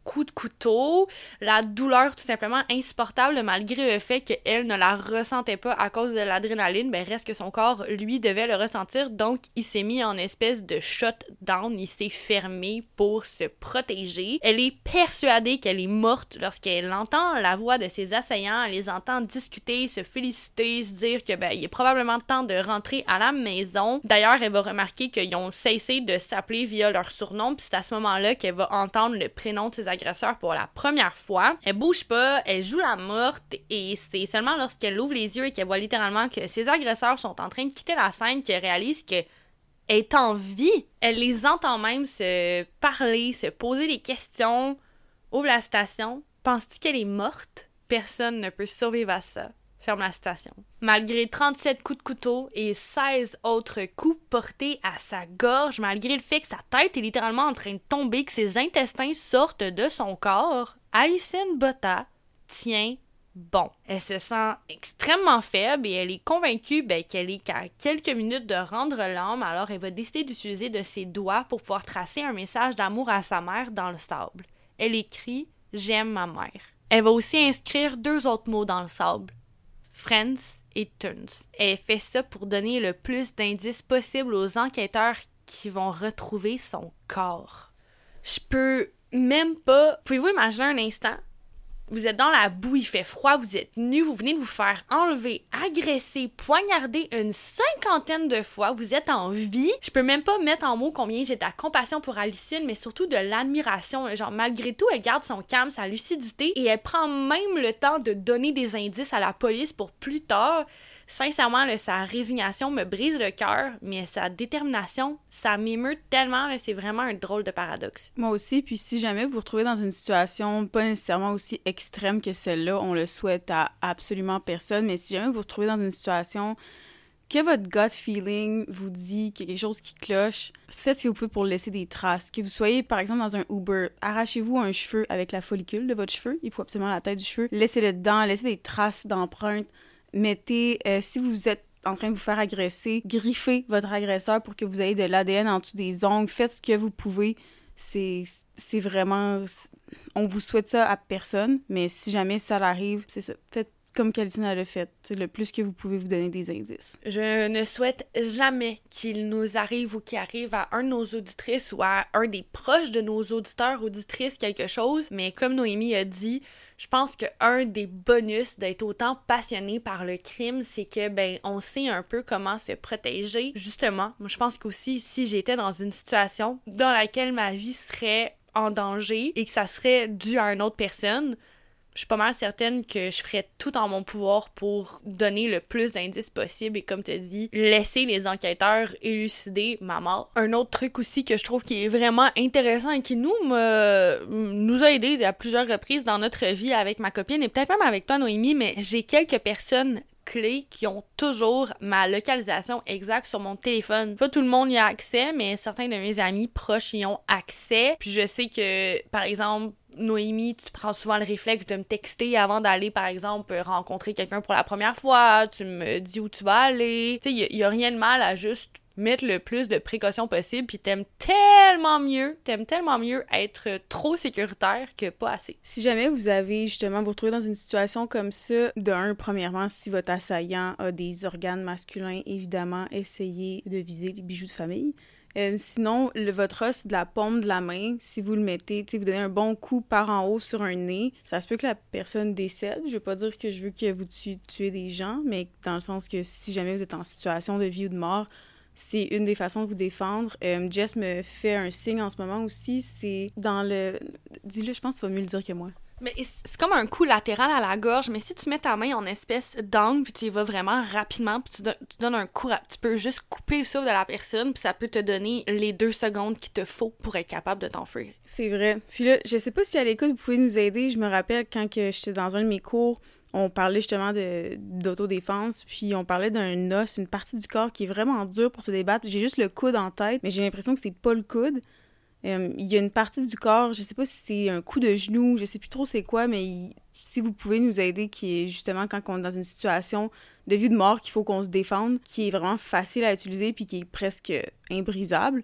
coups de couteau, la douleur tout simplement insupportable malgré le fait qu'elle ne la ressentait pas à cause de l'adrénaline, ben reste que son corps, lui, devait le ressentir, donc il s'est mis en espèce de shutdown, il s'est fermé pour se protéger. Elle est persuadée qu'elle est morte lorsqu'elle entend la voix de ses assaillants, elle les entend discuter, se féliciter, se dire que ben il est probablement temps de rentrer à la maison. D'ailleurs, elle va remarquer qu'ils ont cessé de s'appeler via leur surnom, puis c'est à ce moment-là qu'elle va entendre le prénom de ses agresseurs pour la première fois. Elle bouge pas, elle joue la morte, et c'est seulement lorsqu'elle ouvre les yeux et qu'elle voit littéralement que ses agresseurs sont en train de quitter la scène qu'elle réalise que elle est en vie. Elle les entend même se parler, se poser des questions. Ouvre la citation. Penses-tu qu'elle est morte? Personne ne peut survivre à ça. Ferme la citation. Malgré trente-sept coups de couteau et seize autres coups portés à sa gorge, malgré le fait que sa tête est littéralement en train de tomber, que ses intestins sortent de son corps, Alicent Botta tient bon. Elle se sent extrêmement faible et elle est convaincue ben, qu'elle est qu'à quelques minutes de rendre l'âme, alors elle va décider d'utiliser de ses doigts pour pouvoir tracer un message d'amour à sa mère dans le sable. Elle écrit « J'aime ma mère ». Elle va aussi inscrire deux autres mots dans le sable. Friends et Tunes. Elle fait ça pour donner le plus d'indices possible aux enquêteurs qui vont retrouver son corps. Je peux même pas... Pouvez-vous imaginer un instant? Vous êtes dans la boue, il fait froid, vous êtes nus, vous venez de vous faire enlever, agresser, poignarder une cinquantaine de fois, vous êtes en vie. Je peux même pas mettre en mots combien j'ai de la compassion pour Alicent, mais surtout de l'admiration. Genre, malgré tout, elle garde son calme, sa lucidité, et elle prend même le temps de donner des indices à la police pour plus tard. Sincèrement, là, sa résignation me brise le cœur, mais sa détermination, ça m'émeut tellement, là, c'est vraiment un drôle de paradoxe. Moi aussi, puis si jamais vous vous retrouvez dans une situation pas nécessairement aussi extrême que celle-là, on le souhaite à absolument personne, mais si jamais vous vous retrouvez dans une situation que votre gut feeling vous dit qu'il y a quelque chose qui cloche, faites ce que vous pouvez pour laisser des traces. Que vous soyez, par exemple, dans un Uber, arrachez-vous un cheveu avec la follicule de votre cheveu, il faut absolument la tête du cheveu, laissez-le dedans, laissez des traces d'empreintes. Mettez, euh, si vous êtes en train de vous faire agresser, griffez votre agresseur pour que vous ayez de l'A D N en dessous des ongles. Faites ce que vous pouvez. C'est, c'est vraiment... On vous souhaite ça à personne, mais si jamais ça arrive, c'est ça. Faites comme qu'Alicent l'a fait. C'est le plus que vous pouvez vous donner des indices. Je ne souhaite jamais qu'il nous arrive ou qu'il arrive à un de nos auditrices ou à un des proches de nos auditeurs, auditrices, quelque chose, mais comme Noémie a dit... Je pense qu'un des bonus d'être autant passionné par le crime, c'est que, ben, on sait un peu comment se protéger. Justement, moi, je pense qu'aussi, si j'étais dans une situation dans laquelle ma vie serait en danger et que ça serait dû à une autre personne, je suis pas mal certaine que je ferais tout en mon pouvoir pour donner le plus d'indices possible et, comme tu as dit, laisser les enquêteurs élucider ma mort. Un autre truc aussi que je trouve qui est vraiment intéressant et qui nous, me, nous a aidés à plusieurs reprises dans notre vie avec ma copine et peut-être même avec toi, Noémie, mais j'ai quelques personnes clés qui ont toujours ma localisation exacte sur mon téléphone. Pas tout le monde y a accès, mais certains de mes amis proches y ont accès. Puis je sais que, par exemple, Noémie, tu prends souvent le réflexe de me texter avant d'aller, par exemple, rencontrer quelqu'un pour la première fois. Tu me dis où tu vas aller. Tu sais, il y, y a rien de mal à juste mettre le plus de précautions possible, puis t'aimes tellement mieux, t'aimes tellement mieux être trop sécuritaire que pas assez. Si jamais vous avez, justement, vous vous retrouvez dans une situation comme ça, de un, premièrement, si votre assaillant a des organes masculins, évidemment, essayez de viser les bijoux de famille. Euh, sinon, le, votre os de la paume de la main, si vous le mettez, tu sais, vous donnez un bon coup par en haut sur un nez, ça se peut que la personne décède. Je veux pas dire que je veux que vous tuez, tuez des gens, mais dans le sens que si jamais vous êtes en situation de vie ou de mort, c'est une des façons de vous défendre. Euh, Jess me fait un signe en ce moment aussi, c'est dans le... Dis-le, je pense que tu vas mieux le dire que moi. Mais c'est comme un coup latéral à la gorge, mais si tu mets ta main en espèce d'angle, puis tu y vas vraiment rapidement, puis tu, don- tu donnes un coup, tu peux juste couper le souffle de la personne, puis ça peut te donner les deux secondes qu'il te faut pour être capable de t'enfuir. C'est vrai. Puis là, je sais pas si à l'écoute, vous pouvez nous aider. Je me rappelle quand que j'étais dans un de mes cours, on parlait justement de, d'autodéfense, puis on parlait d'un os, une partie du corps qui est vraiment dure pour se débattre. J'ai juste le coude en tête, mais j'ai l'impression que c'est pas le coude. Euh, il y a une partie du corps, je sais pas si c'est un coup de genou, je sais plus trop c'est quoi, mais il, si vous pouvez nous aider, qui est justement quand on est dans une situation de vie ou de mort qu'il faut qu'on se défende, qui est vraiment facile à utiliser puis qui est presque imbrisable,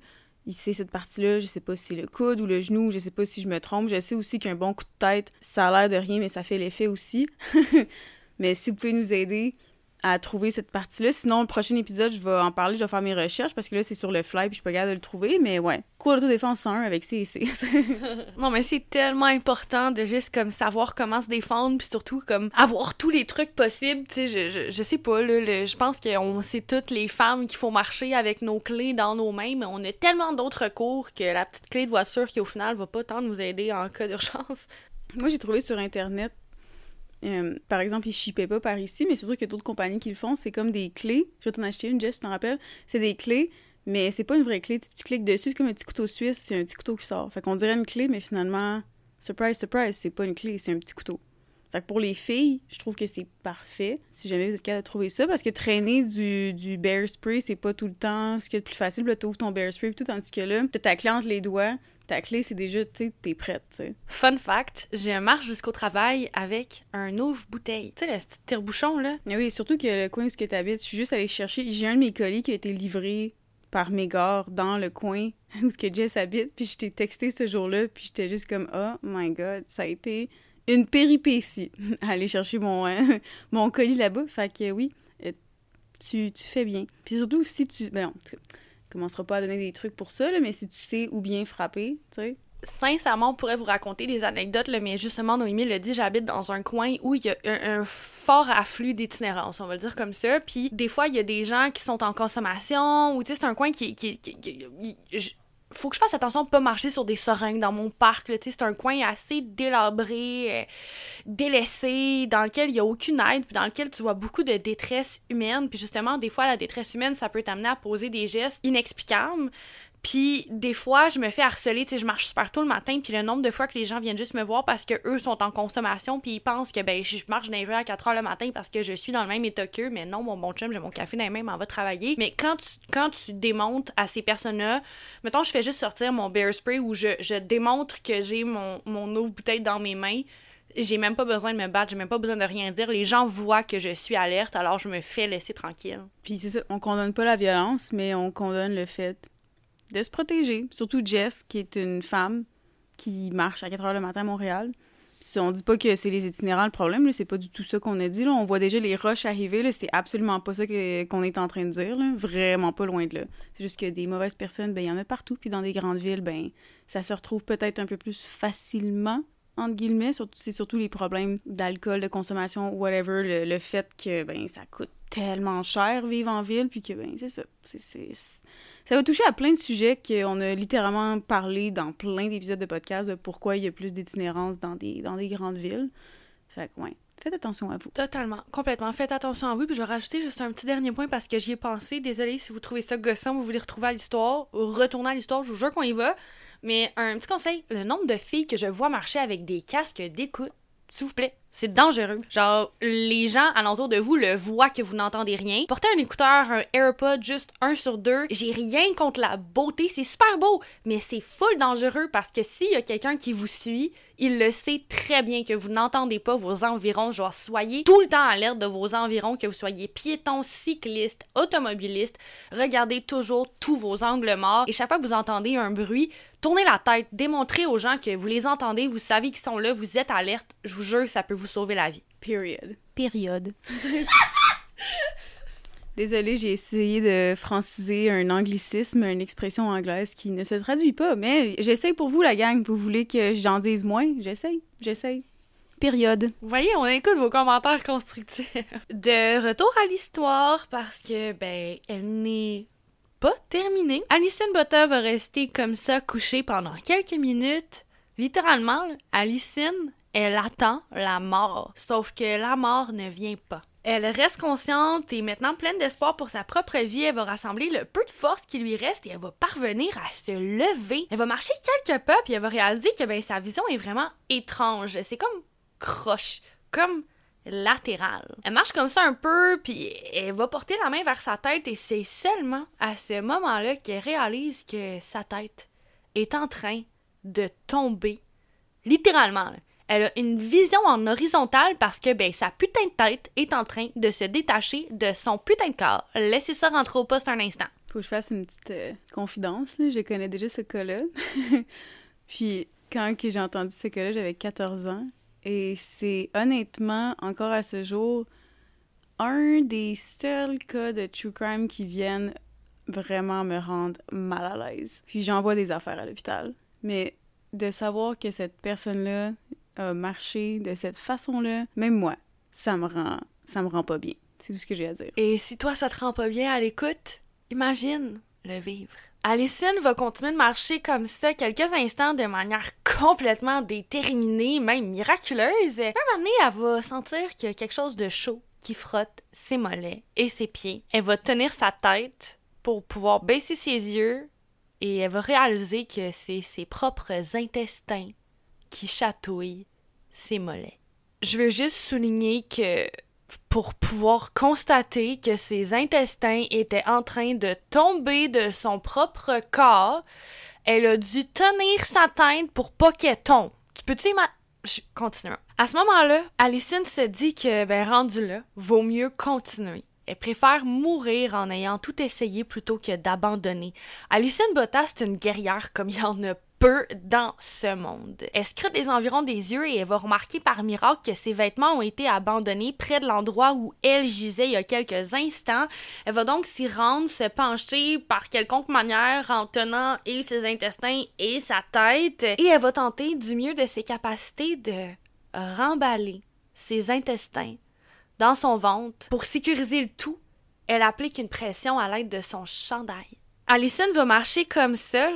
il sait cette partie-là, je sais pas si c'est le coude ou le genou, je sais pas si je me trompe. Je sais aussi qu'un bon coup de tête, ça a l'air de rien, mais ça fait l'effet aussi. Mais si vous pouvez nous aider à trouver cette partie-là, sinon le prochain épisode, je vais en parler, je vais faire mes recherches, parce que là, c'est sur le fly, puis je suis pas capable de le trouver, mais ouais. Cours d'autodéfense cent un avec C et C. Non, mais c'est tellement important de juste, comme, savoir comment se défendre, puis surtout, comme, avoir tous les trucs possibles, tu sais, je, je, je sais pas, là, le, je pense qu'on sait toutes les femmes qu'il faut marcher avec nos clés dans nos mains, mais on a tellement d'autres recours que la petite clé de voiture qui, au final, va pas tant nous aider en cas d'urgence. Moi, j'ai trouvé sur Internet, Euh, par exemple, ils shippaient pas par ici, mais c'est sûr qu'il y a d'autres compagnies qui le font. C'est comme des clés. Je vais t'en acheter une, Jess, tu t'en rappelles? C'est des clés, mais c'est pas une vraie clé. Tu, tu cliques dessus, c'est comme un petit couteau suisse, c'est un petit couteau qui sort. Fait qu'on dirait une clé, mais finalement, surprise, surprise, c'est pas une clé, c'est un petit couteau. Fait que pour les filles, je trouve que c'est parfait, si jamais vous êtes capable de trouver ça, parce que traîner du, du bear spray, c'est pas tout le temps ce qui est le plus facile. Là, t'ouvres ton bear spray, pis tout, tandis que là, t'as ta clé entre les doigts, ta clé, c'est déjà, tu sais, t'es prête, tu sais. Fun fact, j'ai un marche jusqu'au travail avec un ouvre-bouteille. Tu sais, le petit tire-bouchon, là. Mais oui, surtout que le coin où tu habites, je suis juste allée chercher, j'ai un de mes colis qui a été livré par Mégare dans le coin où ce que Jess habite, puis je t'ai texté ce jour-là, puis j'étais juste comme « Oh my God, ça a été une péripétie aller chercher mon, euh, mon colis là-bas. » Fait que oui, euh, tu, tu fais bien. Puis surtout, si tu... Ben non, en tout cas, on commencera pas à donner des trucs pour ça, là, mais si tu sais où bien frapper, tu sais... Sincèrement, on pourrait vous raconter des anecdotes, là, mais justement, Noémie l'a dit, j'habite dans un coin où il y a un, un fort afflux d'itinérance, on va le dire comme ça. Puis des fois, il y a des gens qui sont en consommation, ou tu sais, c'est un coin qui... qui, qui, qui, qui faut que je fasse attention de pas marcher sur des seringues dans mon parc, là, tu sais, c'est un coin assez délabré, euh, délaissé, dans lequel il y a aucune aide, puis dans lequel tu vois beaucoup de détresse humaine, puis justement, des fois, la détresse humaine, ça peut t'amener à poser des gestes inexplicables. Puis des fois, je me fais harceler, tu sais, je marche super tôt le matin, puis le nombre de fois que les gens viennent juste me voir parce que eux sont en consommation, puis ils pensent que ben je marche dans les rues à quatre heures le matin parce que je suis dans le même état qu'eux, mais non, mon bon chum, j'ai mon café dans les mains, m'en va travailler. Mais quand tu, quand tu démontres à ces personnes-là, mettons, je fais juste sortir mon bear spray où je, je démontre que j'ai mon, mon ouvre-bouteille dans mes mains, j'ai même pas besoin de me battre, j'ai même pas besoin de rien dire. Les gens voient que je suis alerte, alors je me fais laisser tranquille. Puis c'est ça, on condamne pas la violence, mais on condamne le fait de se protéger. Surtout Jess, qui est une femme qui marche à quatre heures le matin à Montréal. Puis on dit pas que c'est les itinérants le problème, là, c'est pas du tout ça qu'on a dit. Là. On voit déjà les rushs arriver, là, c'est absolument pas ça que, qu'on est en train de dire. Là. Vraiment pas loin de là. C'est juste que des mauvaises personnes, ben il y en a partout. Puis dans des grandes villes, ben ça se retrouve peut-être un peu plus facilement, entre guillemets. Surtout, c'est surtout les problèmes d'alcool, de consommation, whatever. Le, le fait que ben ça coûte tellement cher vivre en ville, puis que ben c'est ça. C'est... c'est, c'est... Ça va toucher à plein de sujets qu'on a littéralement parlé dans plein d'épisodes de podcast de pourquoi il y a plus d'itinérance dans des, dans des grandes villes. Fait que, ouais, faites attention à vous. Totalement, complètement. Faites attention à vous. Puis je vais rajouter juste un petit dernier point parce que j'y ai pensé. Désolée si vous trouvez ça gossant, vous voulez retrouver à l'histoire, retourner à l'histoire, je vous jure qu'on y va. Mais un petit conseil, le nombre de filles que je vois marcher avec des casques d'écoute, s'il vous plaît, c'est dangereux. Genre, les gens alentour de vous le voient que vous n'entendez rien. Portez un écouteur, un AirPod, juste un sur deux. J'ai rien contre la beauté, c'est super beau, mais c'est full dangereux parce que s'il y a quelqu'un qui vous suit, il le sait très bien que vous n'entendez pas vos environs. Genre, soyez tout le temps alerte de vos environs, que vous soyez piéton, cycliste, automobiliste. Regardez toujours tous vos angles morts. Et chaque fois que vous entendez un bruit, tournez la tête, démontrez aux gens que vous les entendez, vous savez qu'ils sont là, vous êtes alerte. Je vous jure, ça peut vous sauver la vie. Period. Période. Désolée, j'ai essayé de franciser un anglicisme, une expression anglaise qui ne se traduit pas, mais j'essaye pour vous, la gang. Vous voulez que j'en dise moins? J'essaye, j'essaye. Période. Vous voyez, on écoute vos commentaires constructifs. De retour à l'histoire, parce que, ben, elle n'est pas terminée. Alicine Botta va rester comme ça, couchée pendant quelques minutes. Littéralement, Alicine, elle attend la mort. Sauf que la mort ne vient pas. Elle reste consciente et maintenant pleine d'espoir pour sa propre vie. Elle va rassembler le peu de force qui lui reste et elle va parvenir à se lever. Elle va marcher quelques pas puis elle va réaliser que ben, sa vision est vraiment étrange. C'est comme croche, comme latérale. Elle marche comme ça un peu puis elle va porter la main vers sa tête et c'est seulement à ce moment-là qu'elle réalise que sa tête est en train de tomber. Littéralement, là. Elle a une vision en horizontale parce que ben sa putain de tête est en train de se détacher de son putain de corps. Laissez ça rentrer au poste un instant. Faut que je fasse une petite euh, confidence, là. Je connais déjà ce cas-là. Puis quand que j'ai entendu ce cas-là, j'avais quatorze ans. Et c'est honnêtement, encore à ce jour, un des seuls cas de true crime qui viennent vraiment me rendre mal à l'aise. Puis j'envoie des affaires à l'hôpital. Mais de savoir que cette personne-là a marché de cette façon-là, même moi, ça me rend, ça me rend pas bien. C'est tout ce que j'ai à dire. Et si toi, ça te rend pas bien à l'écoute, imagine le vivre. Alison va continuer de marcher comme ça quelques instants de manière complètement déterminée, même miraculeuse. Un moment donné, elle va sentir qu'il y a quelque chose de chaud qui frotte ses mollets et ses pieds. Elle va tenir sa tête pour pouvoir baisser ses yeux et elle va réaliser que c'est ses propres intestins qui chatouillent ses mollets. Je veux juste souligner que pour pouvoir constater que ses intestins étaient en train de tomber de son propre corps, elle a dû tenir sa tête pour pas qu'elle tombe. Tu peux-tu imaginer? Continuons. À ce moment-là, Alison se dit que, ben, rendu là, vaut mieux continuer. Elle préfère mourir en ayant tout essayé plutôt que d'abandonner. Alison Botta, c'est une guerrière comme il y en a peu dans ce monde. Elle scrute des environs des yeux et elle va remarquer par miracle que ses vêtements ont été abandonnés près de l'endroit où elle gisait il y a quelques instants. Elle va donc s'y rendre, se pencher par quelconque manière en tenant et ses intestins et sa tête. Et elle va tenter du mieux de ses capacités de remballer ses intestins dans son ventre. Pour sécuriser le tout, elle applique une pression à l'aide de son chandail. Alison va marcher comme seule,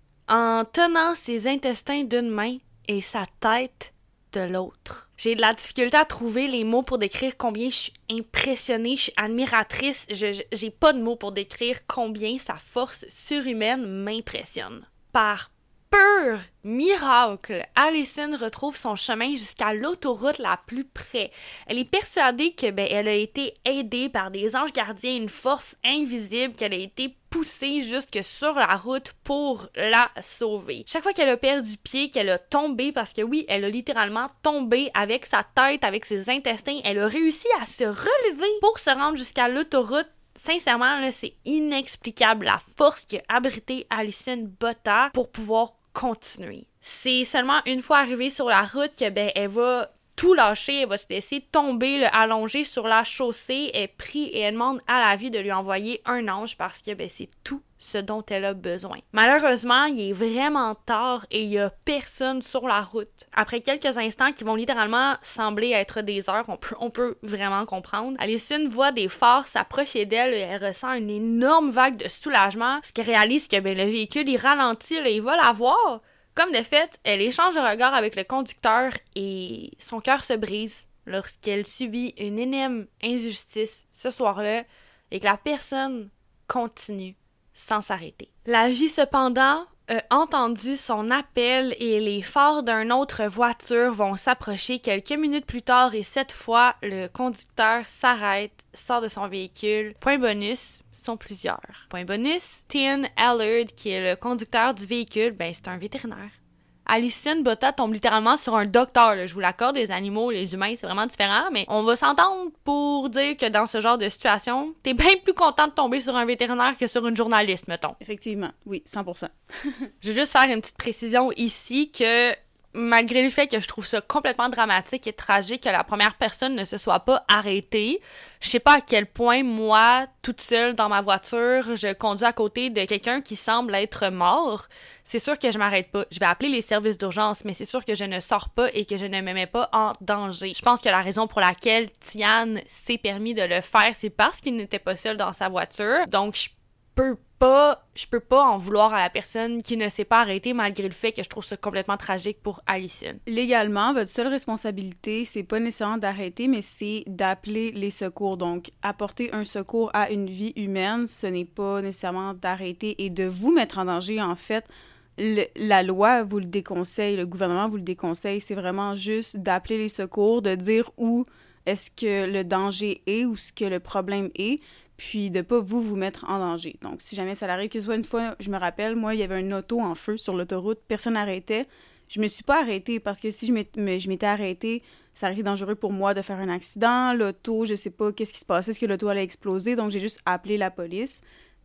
en tenant ses intestins d'une main et sa tête de l'autre. J'ai de la difficulté à trouver les mots pour décrire combien je suis impressionnée, je suis admiratrice. Je, je, j'ai pas de mots pour décrire combien sa force surhumaine m'impressionne. Par pur miracle, Alison retrouve son chemin jusqu'à l'autoroute la plus près. Elle est persuadée que ben, elle a été aidée par des anges gardiens, une force invisible, qu'elle a été poussée jusque sur la route pour la sauver. Chaque fois qu'elle a perdu pied, qu'elle a tombé, parce que oui, elle a littéralement tombé avec sa tête, avec ses intestins, elle a réussi à se relever pour se rendre jusqu'à l'autoroute. Sincèrement, là, c'est inexplicable la force qu'a abrité Alison Botta pour pouvoir continuer. C'est seulement une fois arrivée sur la route que ben elle va tout lâcher, elle va se laisser tomber, le allonger sur la chaussée, elle prie et elle demande à la vie de lui envoyer un ange parce que ben c'est tout ce dont elle a besoin. Malheureusement, il est vraiment tard et il y a personne sur la route. Après quelques instants qui vont littéralement sembler être des heures, on peut, on peut vraiment comprendre, Alison voit des phares s'approcher d'elle et elle ressent une énorme vague de soulagement parce qu'elle réalise que ben, le véhicule il ralentit là, il va la voir. Comme de fait, elle échange un regard avec le conducteur et son cœur se brise lorsqu'elle subit une énième injustice ce soir-là et que la personne continue sans s'arrêter. La vie, cependant, a entendu son appel et les phares d'une autre voiture vont s'approcher quelques minutes plus tard et cette fois, le conducteur s'arrête, sort de son véhicule. Point bonus, sont plusieurs. Point bonus, Tin Allard, qui est le conducteur du véhicule, ben c'est un vétérinaire. Alison Botta tombe littéralement sur un docteur, là. Je vous l'accorde, les animaux, les humains, c'est vraiment différent, mais on va s'entendre pour dire que dans ce genre de situation, t'es bien plus content de tomber sur un vétérinaire que sur une journaliste, mettons. Effectivement, oui, cent pour cent. Je veux juste faire une petite précision ici que malgré le fait que je trouve ça complètement dramatique et tragique que la première personne ne se soit pas arrêtée, je sais pas à quel point moi, toute seule dans ma voiture, je conduis à côté de quelqu'un qui semble être mort. C'est sûr que je m'arrête pas. Je vais appeler les services d'urgence, mais c'est sûr que je ne sors pas et que je ne me mets pas en danger. Je pense que la raison pour laquelle Tian s'est permis de le faire, c'est parce qu'il n'était pas seul dans sa voiture. Donc, je peux pas, je peux pas en vouloir à la personne qui ne s'est pas arrêtée malgré le fait que je trouve ça complètement tragique pour Alison. Légalement, votre seule responsabilité, c'est pas nécessairement d'arrêter, mais c'est d'appeler les secours. Donc, apporter un secours à une vie humaine, ce n'est pas nécessairement d'arrêter et de vous mettre en danger, en fait. Le, la loi vous le déconseille, le gouvernement vous le déconseille, c'est vraiment juste d'appeler les secours, de dire où est-ce que le danger est, où ce que le problème est, puis de pas vous vous mettre en danger. Donc, si jamais ça arrive, que ce soit une fois, je me rappelle, moi, il y avait une auto en feu sur l'autoroute, personne n'arrêtait. Je me suis pas arrêtée parce que si je m'étais, je m'étais arrêtée, ça aurait été dangereux pour moi de faire un accident. L'auto, je sais pas qu'est-ce qui se passait, est-ce que l'auto allait exploser, donc j'ai juste appelé la police.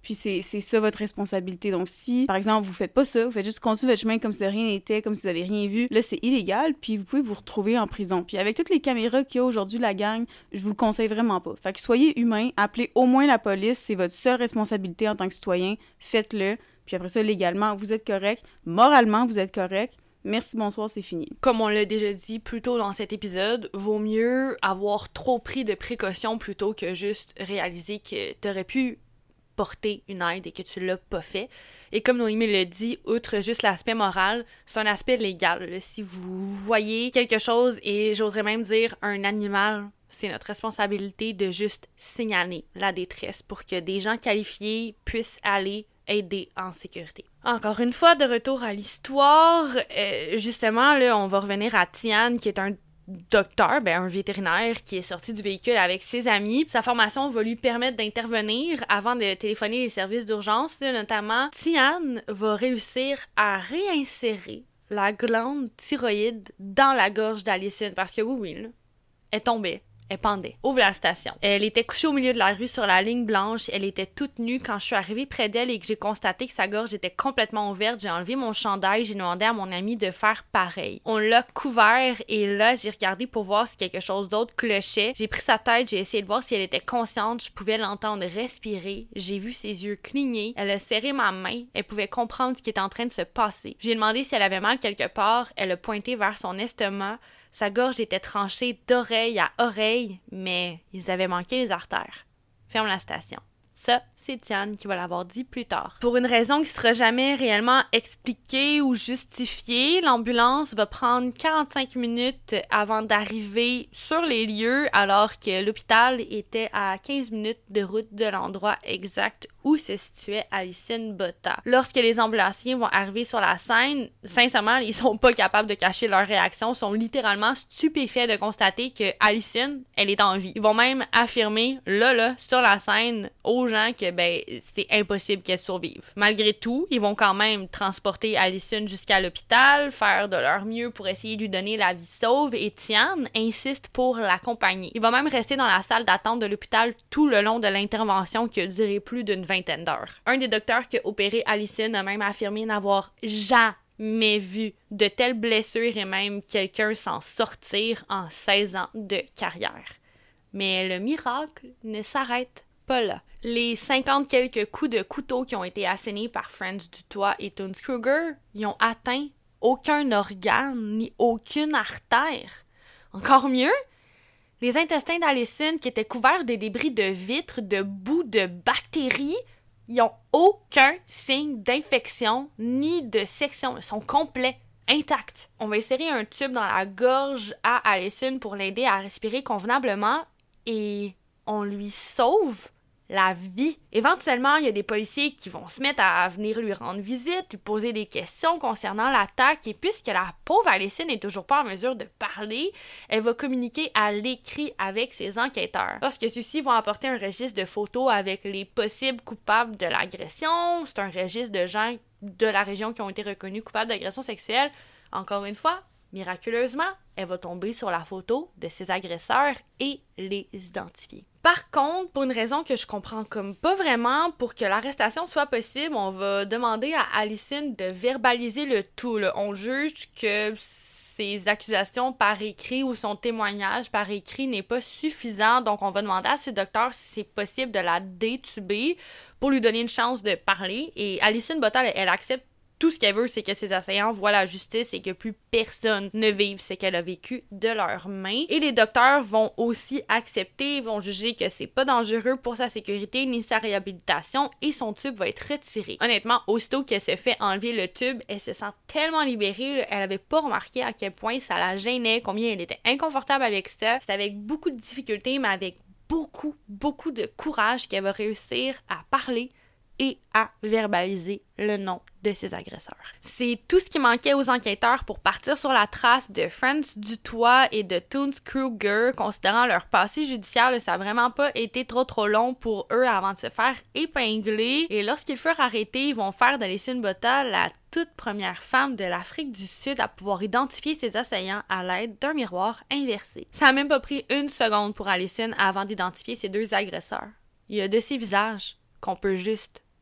Puis c'est, c'est ça votre responsabilité. Donc si, par exemple, vous faites pas ça, vous faites juste continuer votre chemin comme si de rien n'était, comme si vous avez rien vu, là, c'est illégal, puis vous pouvez vous retrouver en prison. Puis avec toutes les caméras qu'il y a aujourd'hui, la gang, je vous le conseille vraiment pas. Fait que soyez humain, appelez au moins la police, c'est votre seule responsabilité en tant que citoyen, faites-le. Puis après ça, légalement, vous êtes correct. Moralement, vous êtes correct. Merci, bonsoir, c'est fini. Comme on l'a déjà dit plus tôt dans cet épisode, vaut mieux avoir trop pris de précautions plutôt que juste réaliser que t'aurais pu porter une aide et que tu l'as pas fait. Et comme Noémie le dit, outre juste l'aspect moral, c'est un aspect légal. Là. Si vous voyez quelque chose, et j'oserais même dire un animal, c'est notre responsabilité de juste signaler la détresse pour que des gens qualifiés puissent aller aider en sécurité. Encore une fois, de retour à l'histoire, euh, justement, là, on va revenir à Tian, qui est un docteur, ben un vétérinaire qui est sorti du véhicule avec ses amis. Sa formation va lui permettre d'intervenir avant de téléphoner les services d'urgence. Notamment, Tian va réussir à réinsérer la glande thyroïde dans la gorge d'Allison. Parce que oui, oui, là, elle tombait. Elle pendait. Ouvre la station. Elle était couchée au milieu de la rue sur la ligne blanche. Elle était toute nue. Quand je suis arrivée près d'elle et que j'ai constaté que sa gorge était complètement ouverte, j'ai enlevé mon chandail. J'ai demandé à mon ami de faire pareil. On l'a couvert et là, j'ai regardé pour voir si quelque chose d'autre clochait. J'ai pris sa tête. J'ai essayé de voir si elle était consciente. Je pouvais l'entendre respirer. J'ai vu ses yeux cligner. Elle a serré ma main. Elle pouvait comprendre ce qui était en train de se passer. J'ai demandé si elle avait mal quelque part. Elle a pointé vers son estomac. Sa gorge était tranchée d'oreille à oreille, mais ils avaient manqué les artères. Ferme la station. Ça, c'est Tian qui va l'avoir dit plus tard. Pour une raison qui sera jamais réellement expliquée ou justifiée, l'ambulance va prendre quarante-cinq minutes avant d'arriver sur les lieux, alors que l'hôpital était à quinze minutes de route de l'endroit exact où se situait Allison Botta. Lorsque les ambulanciers vont arriver sur la scène, sincèrement, ils sont pas capables de cacher leur réaction, sont littéralement stupéfaits de constater que Allison, elle est en vie. Ils vont même affirmer, là, là, sur la scène, aux gens que, ben, c'est impossible qu'elle survive. Malgré tout, ils vont quand même transporter Allison jusqu'à l'hôpital, faire de leur mieux pour essayer de lui donner la vie sauve, et Tian insiste pour l'accompagner. Il va même rester dans la salle d'attente de l'hôpital tout le long de l'intervention qui a duré plus d'une vingtaine d'heures. Un des docteurs qui a opéré Allison a même affirmé n'avoir jamais vu de telles blessures et même quelqu'un s'en sortir en seize ans de carrière. Mais le miracle ne s'arrête pas là. Les cinquante quelques coups de couteau qui ont été assénés par Franz Dutoit et Toons Kruger, ils ont atteint aucun organe ni aucune artère. Encore mieux, les intestins d'Allison, qui étaient couverts de débris de vitres, de boue, de bactéries, ils n'ont aucun signe d'infection ni de section. Ils sont complets, intacts. On va insérer un tube dans la gorge à Allison pour l'aider à respirer convenablement et on lui sauve la vie. Éventuellement, il y a des policiers qui vont se mettre à venir lui rendre visite, lui poser des questions concernant l'attaque, et puisque la pauvre Allison n'est toujours pas en mesure de parler, elle va communiquer à l'écrit avec ses enquêteurs. Lorsque ceux-ci vont apporter un registre de photos avec les possibles coupables de l'agression, c'est un registre de gens de la région qui ont été reconnus coupables d'agression sexuelle, encore une fois, miraculeusement, elle va tomber sur la photo de ses agresseurs et les identifier. Par contre, pour une raison que je comprends comme pas vraiment, pour que l'arrestation soit possible, on va demander à Allison de verbaliser le tout. Là. On juge que ses accusations par écrit ou son témoignage par écrit n'est pas suffisant, donc on va demander à ses docteurs si c'est possible de la détuber pour lui donner une chance de parler. Et Allison Botta, elle, elle accepte. Tout ce qu'elle veut, c'est que ses assaillants voient la justice et que plus personne ne vive ce qu'elle a vécu de leurs mains. Et les docteurs vont aussi accepter, vont juger que c'est pas dangereux pour sa sécurité ni sa réhabilitation et son tube va être retiré. Honnêtement, aussitôt qu'elle se fait enlever le tube, elle se sent tellement libérée, elle avait pas remarqué à quel point ça la gênait, combien elle était inconfortable avec ça. C'est avec beaucoup de difficultés, mais avec beaucoup, beaucoup de courage qu'elle va réussir à parler et à verbaliser le nom de ses agresseurs. C'est tout ce qui manquait aux enquêteurs pour partir sur la trace de Franz Dutoit et de Toons Kruger, considérant leur passé judiciaire. Là, ça n'a vraiment pas été trop trop long pour eux avant de se faire épingler. Et lorsqu'ils furent arrêtés, ils vont faire d'Allison Botta la toute première femme de l'Afrique du Sud à pouvoir identifier ses assaillants à l'aide d'un miroir inversé. Ça n'a même pas pris une seconde pour Allison avant d'identifier ses deux agresseurs. Il y a de ces visages qu'on peut juste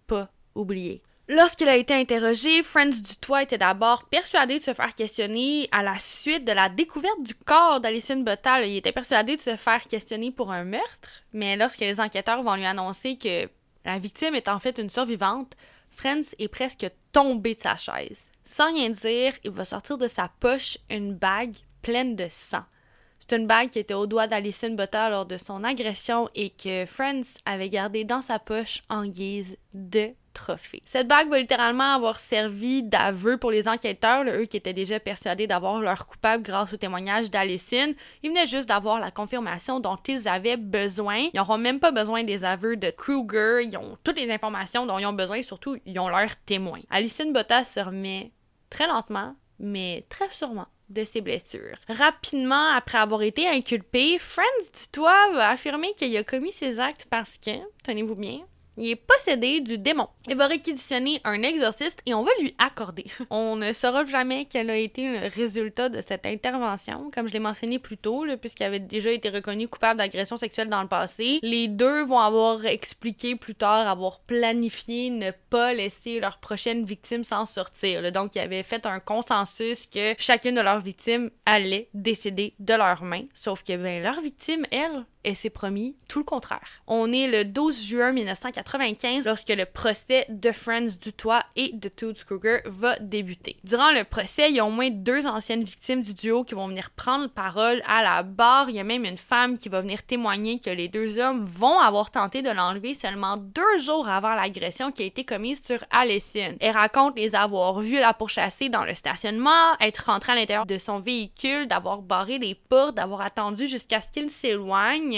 pas oublier. Lorsqu'il a été interrogé, Franz du Toit était d'abord persuadé de se faire questionner à la suite de la découverte du corps d'Alison Botha. Il était persuadé de se faire questionner pour un meurtre, mais lorsque les enquêteurs vont lui annoncer que la victime est en fait une survivante, Franz est presque tombé de sa chaise. Sans rien dire, il va sortir de sa poche une bague pleine de sang. C'est une bague qui était au doigt d'Alison Botha lors de son agression et que Franz avait gardée dans sa poche en guise de trophée. Cette bague va littéralement avoir servi d'aveu pour les enquêteurs, là, eux qui étaient déjà persuadés d'avoir leur coupable grâce au témoignage d'Alison. Ils venaient juste d'avoir la confirmation dont ils avaient besoin. Ils n'auront même pas besoin des aveux de Kruger. Ils ont toutes les informations dont ils ont besoin, surtout ils ont leurs témoins. Alison Botha se remet très lentement, mais très sûrement de ses blessures. Rapidement, après avoir été inculpé, Franz du Toit va affirmer qu'il a commis ses actes parce que, tenez-vous bien, il est possédé du démon. Il va réquisitionner un exorciste et on va lui accorder. On ne saura jamais quel a été le résultat de cette intervention, comme je l'ai mentionné plus tôt, là, puisqu'il avait déjà été reconnu coupable d'agression sexuelle dans le passé. Les deux vont avoir expliqué plus tard avoir planifié ne pas laisser leur prochaine victime s'en sortir. Là. Donc, ils avaient fait un consensus que chacune de leurs victimes allait décéder de leurs mains, sauf que ben, leur victime, elle, elle s'est promis tout le contraire. On est le douze juin mille neuf cent quatre-vingt-quinze lorsque le procès de Franz du Toit et de Toots Kruger va débuter. Durant le procès, il y a au moins deux anciennes victimes du duo qui vont venir prendre parole à la barre. Il y a même une femme qui va venir témoigner que les deux hommes vont avoir tenté de l'enlever seulement deux jours avant l'agression qui a été commise sur Alison. Elle raconte les avoir vus la pourchasser dans le stationnement, être rentrée à l'intérieur de son véhicule, d'avoir barré les portes, d'avoir attendu jusqu'à ce qu'il s'éloigne.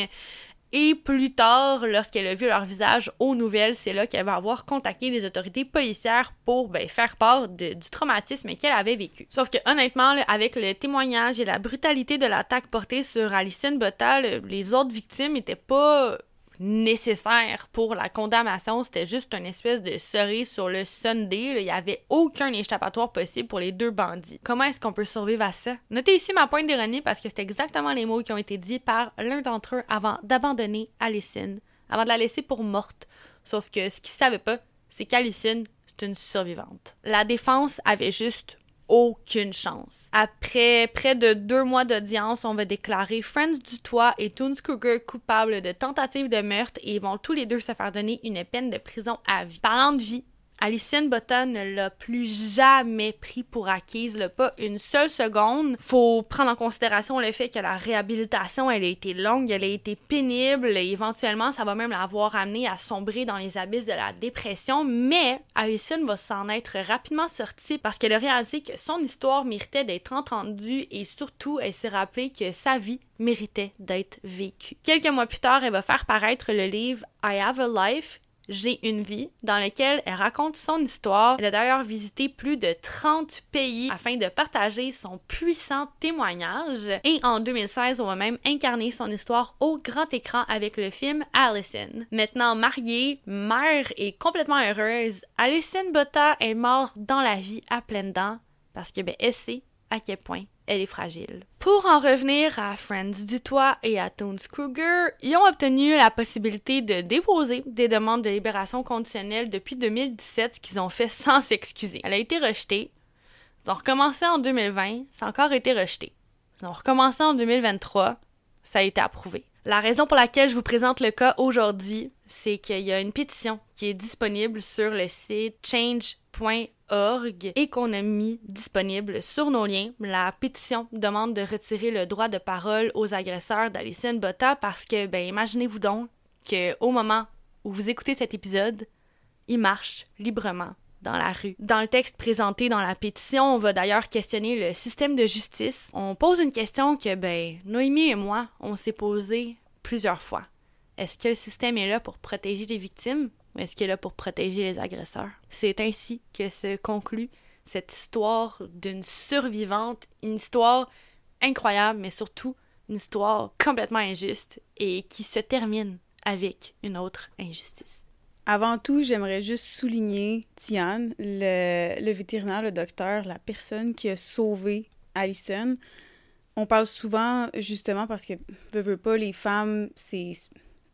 Et plus tard, lorsqu'elle a vu leur visage aux nouvelles, c'est là qu'elle va avoir contacté les autorités policières pour ben, faire part de, du traumatisme qu'elle avait vécu. Sauf que honnêtement, là, avec le témoignage et la brutalité de l'attaque portée sur Alison Botha, là, les autres victimes n'étaient pas nécessaire pour la condamnation, c'était juste une espèce de cerise sur le sundae. Il n'y avait aucun échappatoire possible pour les deux bandits. Comment est-ce qu'on peut survivre à ça? Notez ici ma pointe d'ironie parce que c'est exactement les mots qui ont été dits par l'un d'entre eux avant d'abandonner Alison, avant de la laisser pour morte. Sauf que ce qu'ils ne savaient pas, c'est qu'Alison, c'est une survivante. La défense avait juste aucune chance. Après près de deux mois d'audience, on va déclarer Franz du Toit et Toots Kruger coupables de tentative de meurtre et ils vont tous les deux se faire donner une peine de prison à vie. Parlant de vie, Alison Botha ne l'a plus jamais pris pour acquise, là, pas une seule seconde. Faut prendre en considération le fait que la réhabilitation, elle a été longue, elle a été pénible, et éventuellement, ça va même l'avoir amenée à sombrer dans les abysses de la dépression, mais Alison va s'en être rapidement sortie parce qu'elle a réalisé que son histoire méritait d'être entendue et surtout, elle s'est rappelée que sa vie méritait d'être vécue. Quelques mois plus tard, elle va faire paraître le livre I Have a Life, J'ai une vie, dans lequel elle raconte son histoire. Elle a d'ailleurs visité plus de trente pays afin de partager son puissant témoignage. Et en deux mille seize, on va même incarner son histoire au grand écran avec le film Alison. Maintenant mariée, mère et complètement heureuse, Alison Botha est morte dans la vie à pleines dents parce que ben, elle sait à quel point elle est fragile. Pour en revenir à Franz du Toit et à Toots Kruger, ils ont obtenu la possibilité de déposer des demandes de libération conditionnelle depuis deux mille dix-sept, ce qu'ils ont fait sans s'excuser. Elle a été rejetée. Ils ont recommencé en deux mille vingt, ça a encore été rejeté. Ils ont recommencé en deux mille vingt-trois, ça a été approuvé. La raison pour laquelle je vous présente le cas aujourd'hui, c'est qu'il y a une pétition qui est disponible sur le site change point org et qu'on a mis disponible sur nos liens. La pétition demande de retirer le droit de parole aux agresseurs d'Alison Botha parce que, ben, imaginez-vous donc qu'au moment où vous écoutez cet épisode, ils marchent librement dans la rue. Dans le texte présenté dans la pétition, on va d'ailleurs questionner le système de justice. On pose une question que, ben, Noémie et moi, on s'est posée plusieurs fois. Est-ce que le système est là pour protéger les victimes ou est-ce qu'il est là pour protéger les agresseurs? C'est ainsi que se conclut cette histoire d'une survivante, une histoire incroyable, mais surtout une histoire complètement injuste et qui se termine avec une autre injustice. Avant tout, j'aimerais juste souligner Tiane, le, le vétérinaire, le docteur, la personne qui a sauvé Alison. On parle souvent, justement, parce que, veux, veux pas, les femmes, c'est...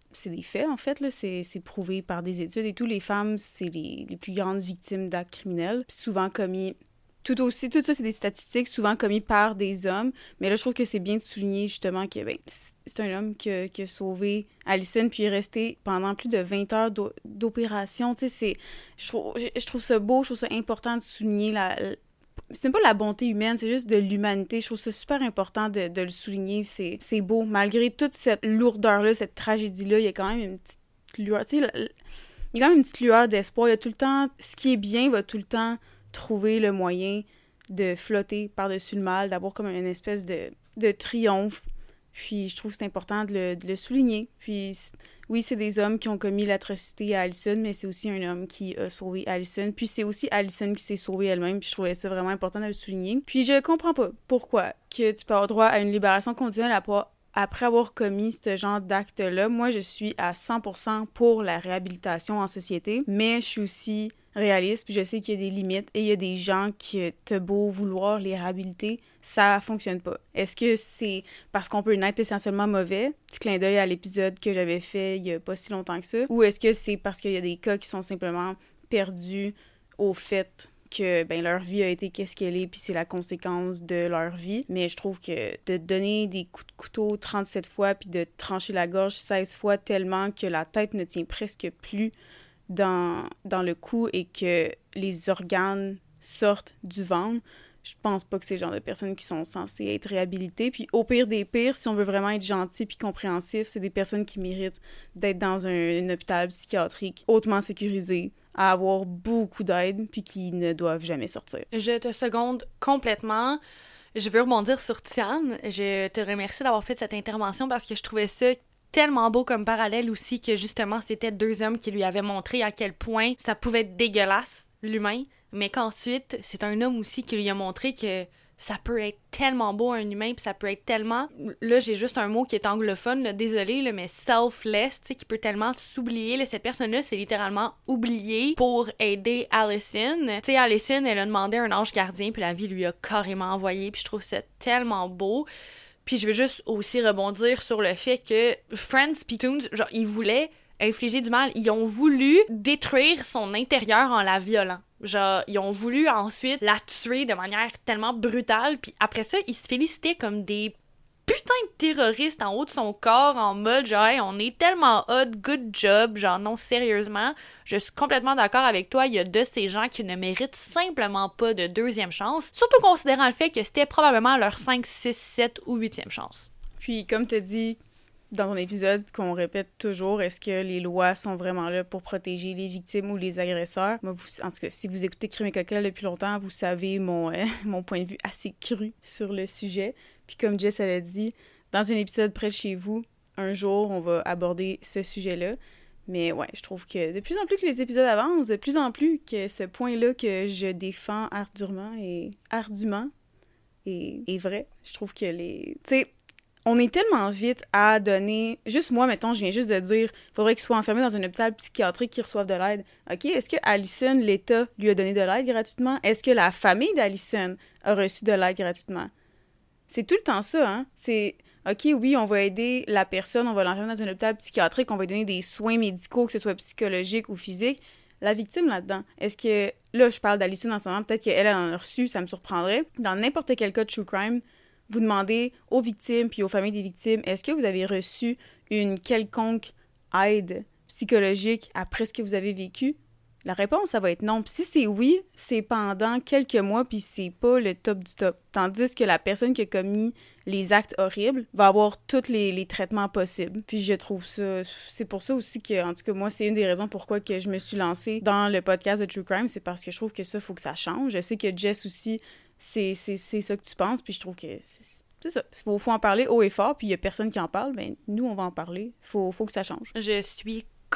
c'est des faits, en fait, là. C'est, c'est prouvé par des études et tout. Les femmes, c'est les, les plus grandes victimes d'actes criminels, souvent commis... Tout aussi, tout ça, c'est des statistiques souvent commis par des hommes. Mais là, je trouve que c'est bien de souligner, justement, que ben, c'est un homme qui a, qui a sauvé Allison, puis est resté pendant plus de vingt heures d'o- d'opération. Tu sais, c'est... Je trouve, je trouve ça beau, je trouve ça important de souligner la... C'est pas la bonté humaine, c'est juste de l'humanité. Je trouve ça super important de, de le souligner. C'est, c'est beau. Malgré toute cette lourdeur-là, cette tragédie-là, il y a quand même une petite lueur. Tu sais, il y a quand même une petite lueur d'espoir. Il y a tout le temps... Ce qui est bien va tout le temps trouver le moyen de flotter par-dessus le mal, d'avoir comme une espèce de, de triomphe. Puis je trouve que c'est important de le, de le souligner. Puis oui, c'est des hommes qui ont commis l'atrocité à Allison, mais c'est aussi un homme qui a sauvé Allison. Puis c'est aussi Allison qui s'est sauvée elle-même, puis je trouvais ça vraiment important de le souligner. Puis je comprends pas pourquoi que tu peux avoir droit à une libération conditionnelle après avoir commis ce genre d'acte-là. Moi, je suis à cent pour cent pour la réhabilitation en société, mais je suis aussi réaliste, puis je sais qu'il y a des limites et il y a des gens qui, te beau vouloir les réhabiliter, ça fonctionne pas. Est-ce que c'est parce qu'on peut naître essentiellement mauvais, petit clin d'œil à l'épisode que j'avais fait il y a pas si longtemps que ça, ou est-ce que c'est parce qu'il y a des cas qui sont simplement perdus au fait que ben leur vie a été qu'est-ce qu'elle est, puis c'est la conséquence de leur vie. Mais je trouve que de donner des coups de couteau trente-sept fois, puis de trancher la gorge seize fois tellement que la tête ne tient presque plus dans, dans le cou et que les organes sortent du ventre, je pense pas que c'est le genre de personnes qui sont censées être réhabilitées. Puis au pire des pires, si on veut vraiment être gentil puis compréhensif, c'est des personnes qui méritent d'être dans un, un hôpital psychiatrique hautement sécurisé, à avoir beaucoup d'aide, puis qui ne doivent jamais sortir. Je te seconde complètement. Je veux rebondir sur Tiane. Je te remercie d'avoir fait cette intervention parce que je trouvais ça tellement beau comme parallèle aussi que justement c'était deux hommes qui lui avaient montré à quel point ça pouvait être dégueulasse, l'humain, mais qu'ensuite c'est un homme aussi qui lui a montré que ça peut être tellement beau un humain, puis ça peut être tellement... Là, j'ai juste un mot qui est anglophone, là, désolé, là, mais selfless, tu sais, qui peut tellement s'oublier. Là, cette personne-là s'est littéralement oubliée pour aider Allison. Tu sais, Allison, elle a demandé un ange gardien, puis la vie lui a carrément envoyé, puis je trouve ça tellement beau. Puis je veux juste aussi rebondir sur le fait que Friends pis Toons, genre, ils voulaient infliger du mal. Ils ont voulu détruire son intérieur en la violant. Genre, ils ont voulu ensuite la tuer de manière tellement brutale, puis après ça, ils se félicitaient comme des putains de terroristes en haut de son corps, en mode genre, hey, on est tellement hot, good job, genre non, sérieusement, je suis complètement d'accord avec toi, il y a de ces gens qui ne méritent simplement pas de deuxième chance, surtout considérant le fait que c'était probablement leur cinq, six, sept ou huitième chance. Puis, comme tu dis dans ton épisode, qu'on répète toujours, est-ce que les lois sont vraiment là pour protéger les victimes ou les agresseurs? Moi, vous, en tout cas, si vous écoutez Crime et Cocktail depuis longtemps, vous savez mon, euh, mon point de vue assez cru sur le sujet. Puis comme Jess elle a dit, dans un épisode près de chez vous, un jour, on va aborder ce sujet-là. Mais ouais, je trouve que de plus en plus que les épisodes avancent, de plus en plus que ce point-là que je défends ardument et ardument est, est vrai. Je trouve que les... Tu sais, on est tellement vite à donner... Juste moi, mettons, je viens juste de dire il faudrait qu'il soit enfermé dans un hôpital psychiatrique qui reçoive de l'aide. OK, est-ce que Allison, l'État, lui a donné de l'aide gratuitement? Est-ce que la famille d'Allison a reçu de l'aide gratuitement? C'est tout le temps ça, hein? C'est... OK, oui, on va aider la personne, on va l'enfermer dans un hôpital psychiatrique, on va lui donner des soins médicaux, que ce soit psychologiques ou physiques. La victime là-dedans, est-ce que... Là, je parle d'Allison en ce moment, peut-être qu'elle en a reçu, ça me surprendrait. Dans n'importe quel cas de true crime, vous demandez aux victimes puis aux familles des victimes, est-ce que vous avez reçu une quelconque aide psychologique après ce que vous avez vécu? La réponse, ça va être non. Puis si c'est oui, c'est pendant quelques mois, puis c'est pas le top du top. Tandis que la personne qui a commis les actes horribles va avoir tous les, les traitements possibles. Puis je trouve ça... C'est pour ça aussi que, en tout cas, moi, c'est une des raisons pourquoi que je me suis lancée dans le podcast de True Crime, c'est parce que je trouve que ça, faut que ça change. Je sais que Jess aussi... C'est, c'est, c'est ça que tu penses, puis je trouve que c'est, c'est ça. Il faut, faut en parler haut et fort, puis il y a personne qui en parle, ben nous, on va en parler. Faut, faut que ça change. Je suis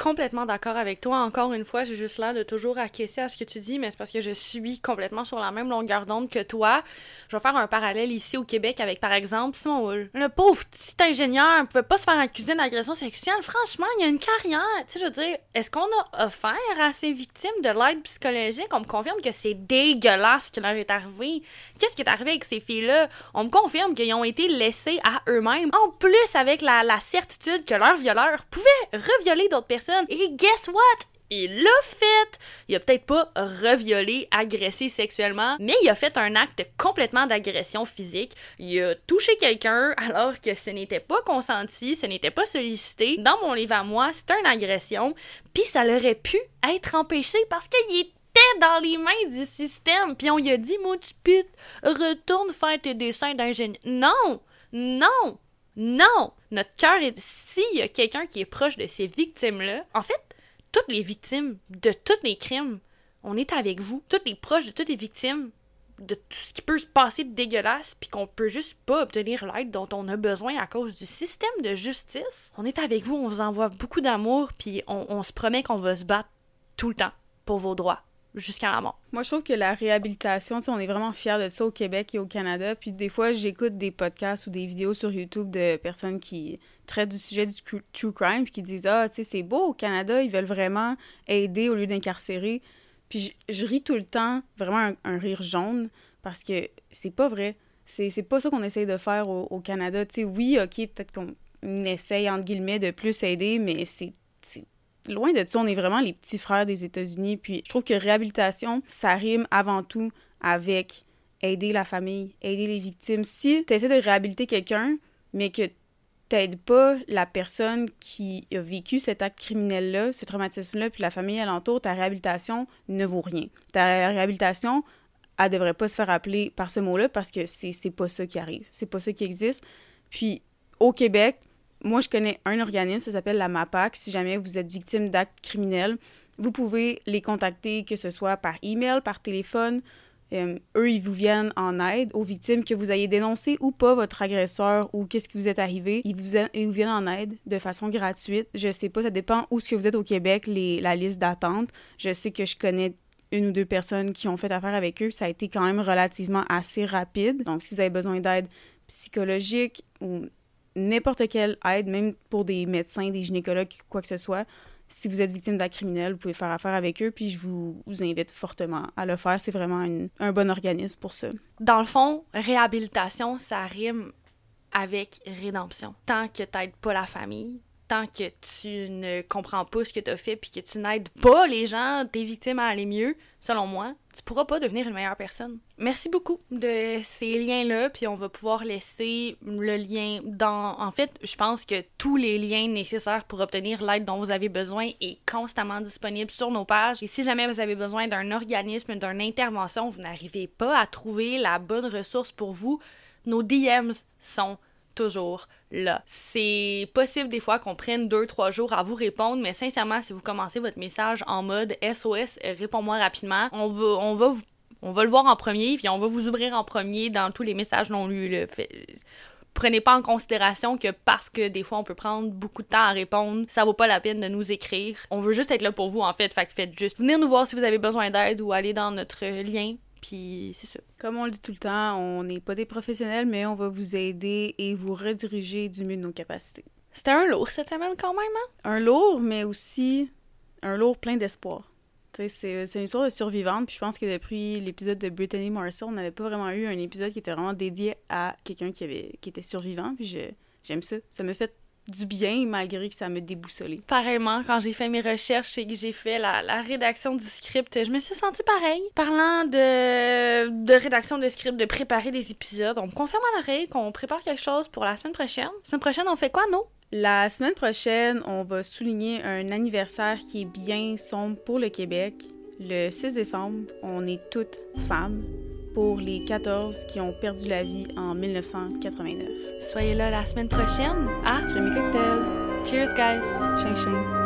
complètement d'accord avec toi. Encore une fois, j'ai juste l'air de toujours acquiescer à ce que tu dis, mais c'est parce que je suis complètement sur la même longueur d'onde que toi. Je vais faire un parallèle ici au Québec avec, par exemple, Simon Hull. Le pauvre petit ingénieur ne pouvait pas se faire accuser d'agression sexuelle. Franchement, il y a une carrière. Tu sais, je veux dire, est-ce qu'on a offert à ces victimes de l'aide psychologique? On me confirme que c'est dégueulasse ce qui leur est arrivé. Qu'est-ce qui est arrivé avec ces filles-là? On me confirme qu'ils ont été laissés à eux-mêmes. En plus, avec la, la certitude que leur violeur pouvait revioler d'autres personnes. Et guess what? Il l'a fait! Il a peut-être pas reviolé, agressé sexuellement, mais il a fait un acte complètement d'agression physique. Il a touché quelqu'un alors que ce n'était pas consenti, ce n'était pas sollicité. Dans mon livre à moi, c'est une agression, puis ça aurait pu être empêché parce qu'il était dans les mains du système. Puis on lui a dit, « Mon petit pute, retourne faire tes dessins d'ingénieur. » Non! Non! Non! Notre cœur est... S'il y a quelqu'un qui est proche de ces victimes-là, en fait, toutes les victimes de tous les crimes, on est avec vous. Toutes les proches de toutes les victimes de tout ce qui peut se passer de dégueulasse puis qu'on peut juste pas obtenir l'aide dont on a besoin à cause du système de justice. On est avec vous, on vous envoie beaucoup d'amour puis on, on se promet qu'on va se battre tout le temps pour vos droits. Jusqu'à la mort. Moi, je trouve que la réhabilitation, tu sais, on est vraiment fiers de ça au Québec et au Canada. Puis des fois, j'écoute des podcasts ou des vidéos sur YouTube de personnes qui traitent du sujet du true crime puis qui disent « Ah, tu sais, c'est beau, au Canada, ils veulent vraiment aider au lieu d'incarcérer. » Puis je, je ris tout le temps, vraiment un, un rire jaune, parce que c'est pas vrai. C'est, c'est pas ça qu'on essaye de faire au, au Canada. Tu sais, oui, OK, peut-être qu'on essaye, entre guillemets, de plus aider, mais c'est... c'est loin de ça, on est vraiment les petits frères des États-Unis. Puis je trouve que réhabilitation, ça rime avant tout avec aider la famille, aider les victimes. Si tu essaies de réhabiliter quelqu'un, mais que t'aides pas la personne qui a vécu cet acte criminel-là, ce traumatisme-là, puis la famille alentour, ta réhabilitation ne vaut rien. Ta réhabilitation, elle devrait pas se faire appeler par ce mot-là parce que c'est, c'est pas ça qui arrive. C'est pas ça qui existe. Puis au Québec, moi, je connais un organisme, ça s'appelle la MAPAC. Si jamais vous êtes victime d'actes criminels, vous pouvez les contacter, que ce soit par email, par téléphone. Euh, eux, ils vous viennent en aide aux victimes, que vous ayez dénoncé ou pas votre agresseur ou qu'est-ce qui vous est arrivé. Ils vous, a- ils vous viennent en aide de façon gratuite. Je sais pas, ça dépend où ce que vous êtes au Québec, les, la liste d'attente. Je sais que je connais une ou deux personnes qui ont fait affaire avec eux. Ça a été quand même relativement assez rapide. Donc, si vous avez besoin d'aide psychologique ou n'importe quelle aide, même pour des médecins, des gynécologues, quoi que ce soit, si vous êtes victime d'actes criminels, vous pouvez faire affaire avec eux, puis je vous, vous invite fortement à le faire. C'est vraiment une, un bon organisme pour ça. Dans le fond, réhabilitation, ça rime avec rédemption. Tant que t'aides pas la famille, tant que tu ne comprends pas ce que t'as fait puis que tu n'aides pas les gens, tes victimes à aller mieux, selon moi, tu pourras pas devenir une meilleure personne. Merci beaucoup de ces liens-là, puis on va pouvoir laisser le lien dans... En fait, je pense que tous les liens nécessaires pour obtenir l'aide dont vous avez besoin est constamment disponible sur nos pages. Et si jamais vous avez besoin d'un organisme, d'une intervention, vous n'arrivez pas à trouver la bonne ressource pour vous, nos D Ms sont toujours là. C'est possible des fois qu'on prenne deux, trois jours à vous répondre, mais sincèrement, si vous commencez votre message en mode S O S, réponds-moi rapidement, on va, on va, vous, on va le voir en premier, puis on va vous ouvrir en premier dans tous les messages non lus. Là. Fait, prenez pas en considération que parce que des fois on peut prendre beaucoup de temps à répondre, ça vaut pas la peine de nous écrire. On veut juste être là pour vous en fait, fait que faites juste venir nous voir si vous avez besoin d'aide ou aller dans notre lien. Puis c'est ça. Comme on le dit tout le temps, on n'est pas des professionnels, mais on va vous aider et vous rediriger du mieux de nos capacités. C'était un lourd cette semaine quand même, hein? Un lourd, mais aussi un lourd plein d'espoir. Tu sais, c'est, c'est une histoire de survivante, puis je pense que depuis l'épisode de Brittany Marcel, on n'avait pas vraiment eu un épisode qui était vraiment dédié à quelqu'un qui avait qui était survivant, puis je, j'aime ça. Ça me fait du bien, malgré que ça me déboussolait. Pareillement, quand j'ai fait mes recherches et que j'ai fait la, la rédaction du script, je me suis sentie pareil. Parlant de, de rédaction de script, de préparer des épisodes, on me confirme à l'oreille qu'on prépare quelque chose pour la semaine prochaine. La semaine prochaine, on fait quoi, non? La semaine prochaine, on va souligner un anniversaire qui est bien sombre pour le Québec. Le six décembre, on est toutes femmes pour les quatorze qui ont perdu la vie en dix-neuf cent quatre-vingt-neuf. Soyez là la semaine prochaine. Ah! Crémy cocktail. Cheers, guys! Chien, chien.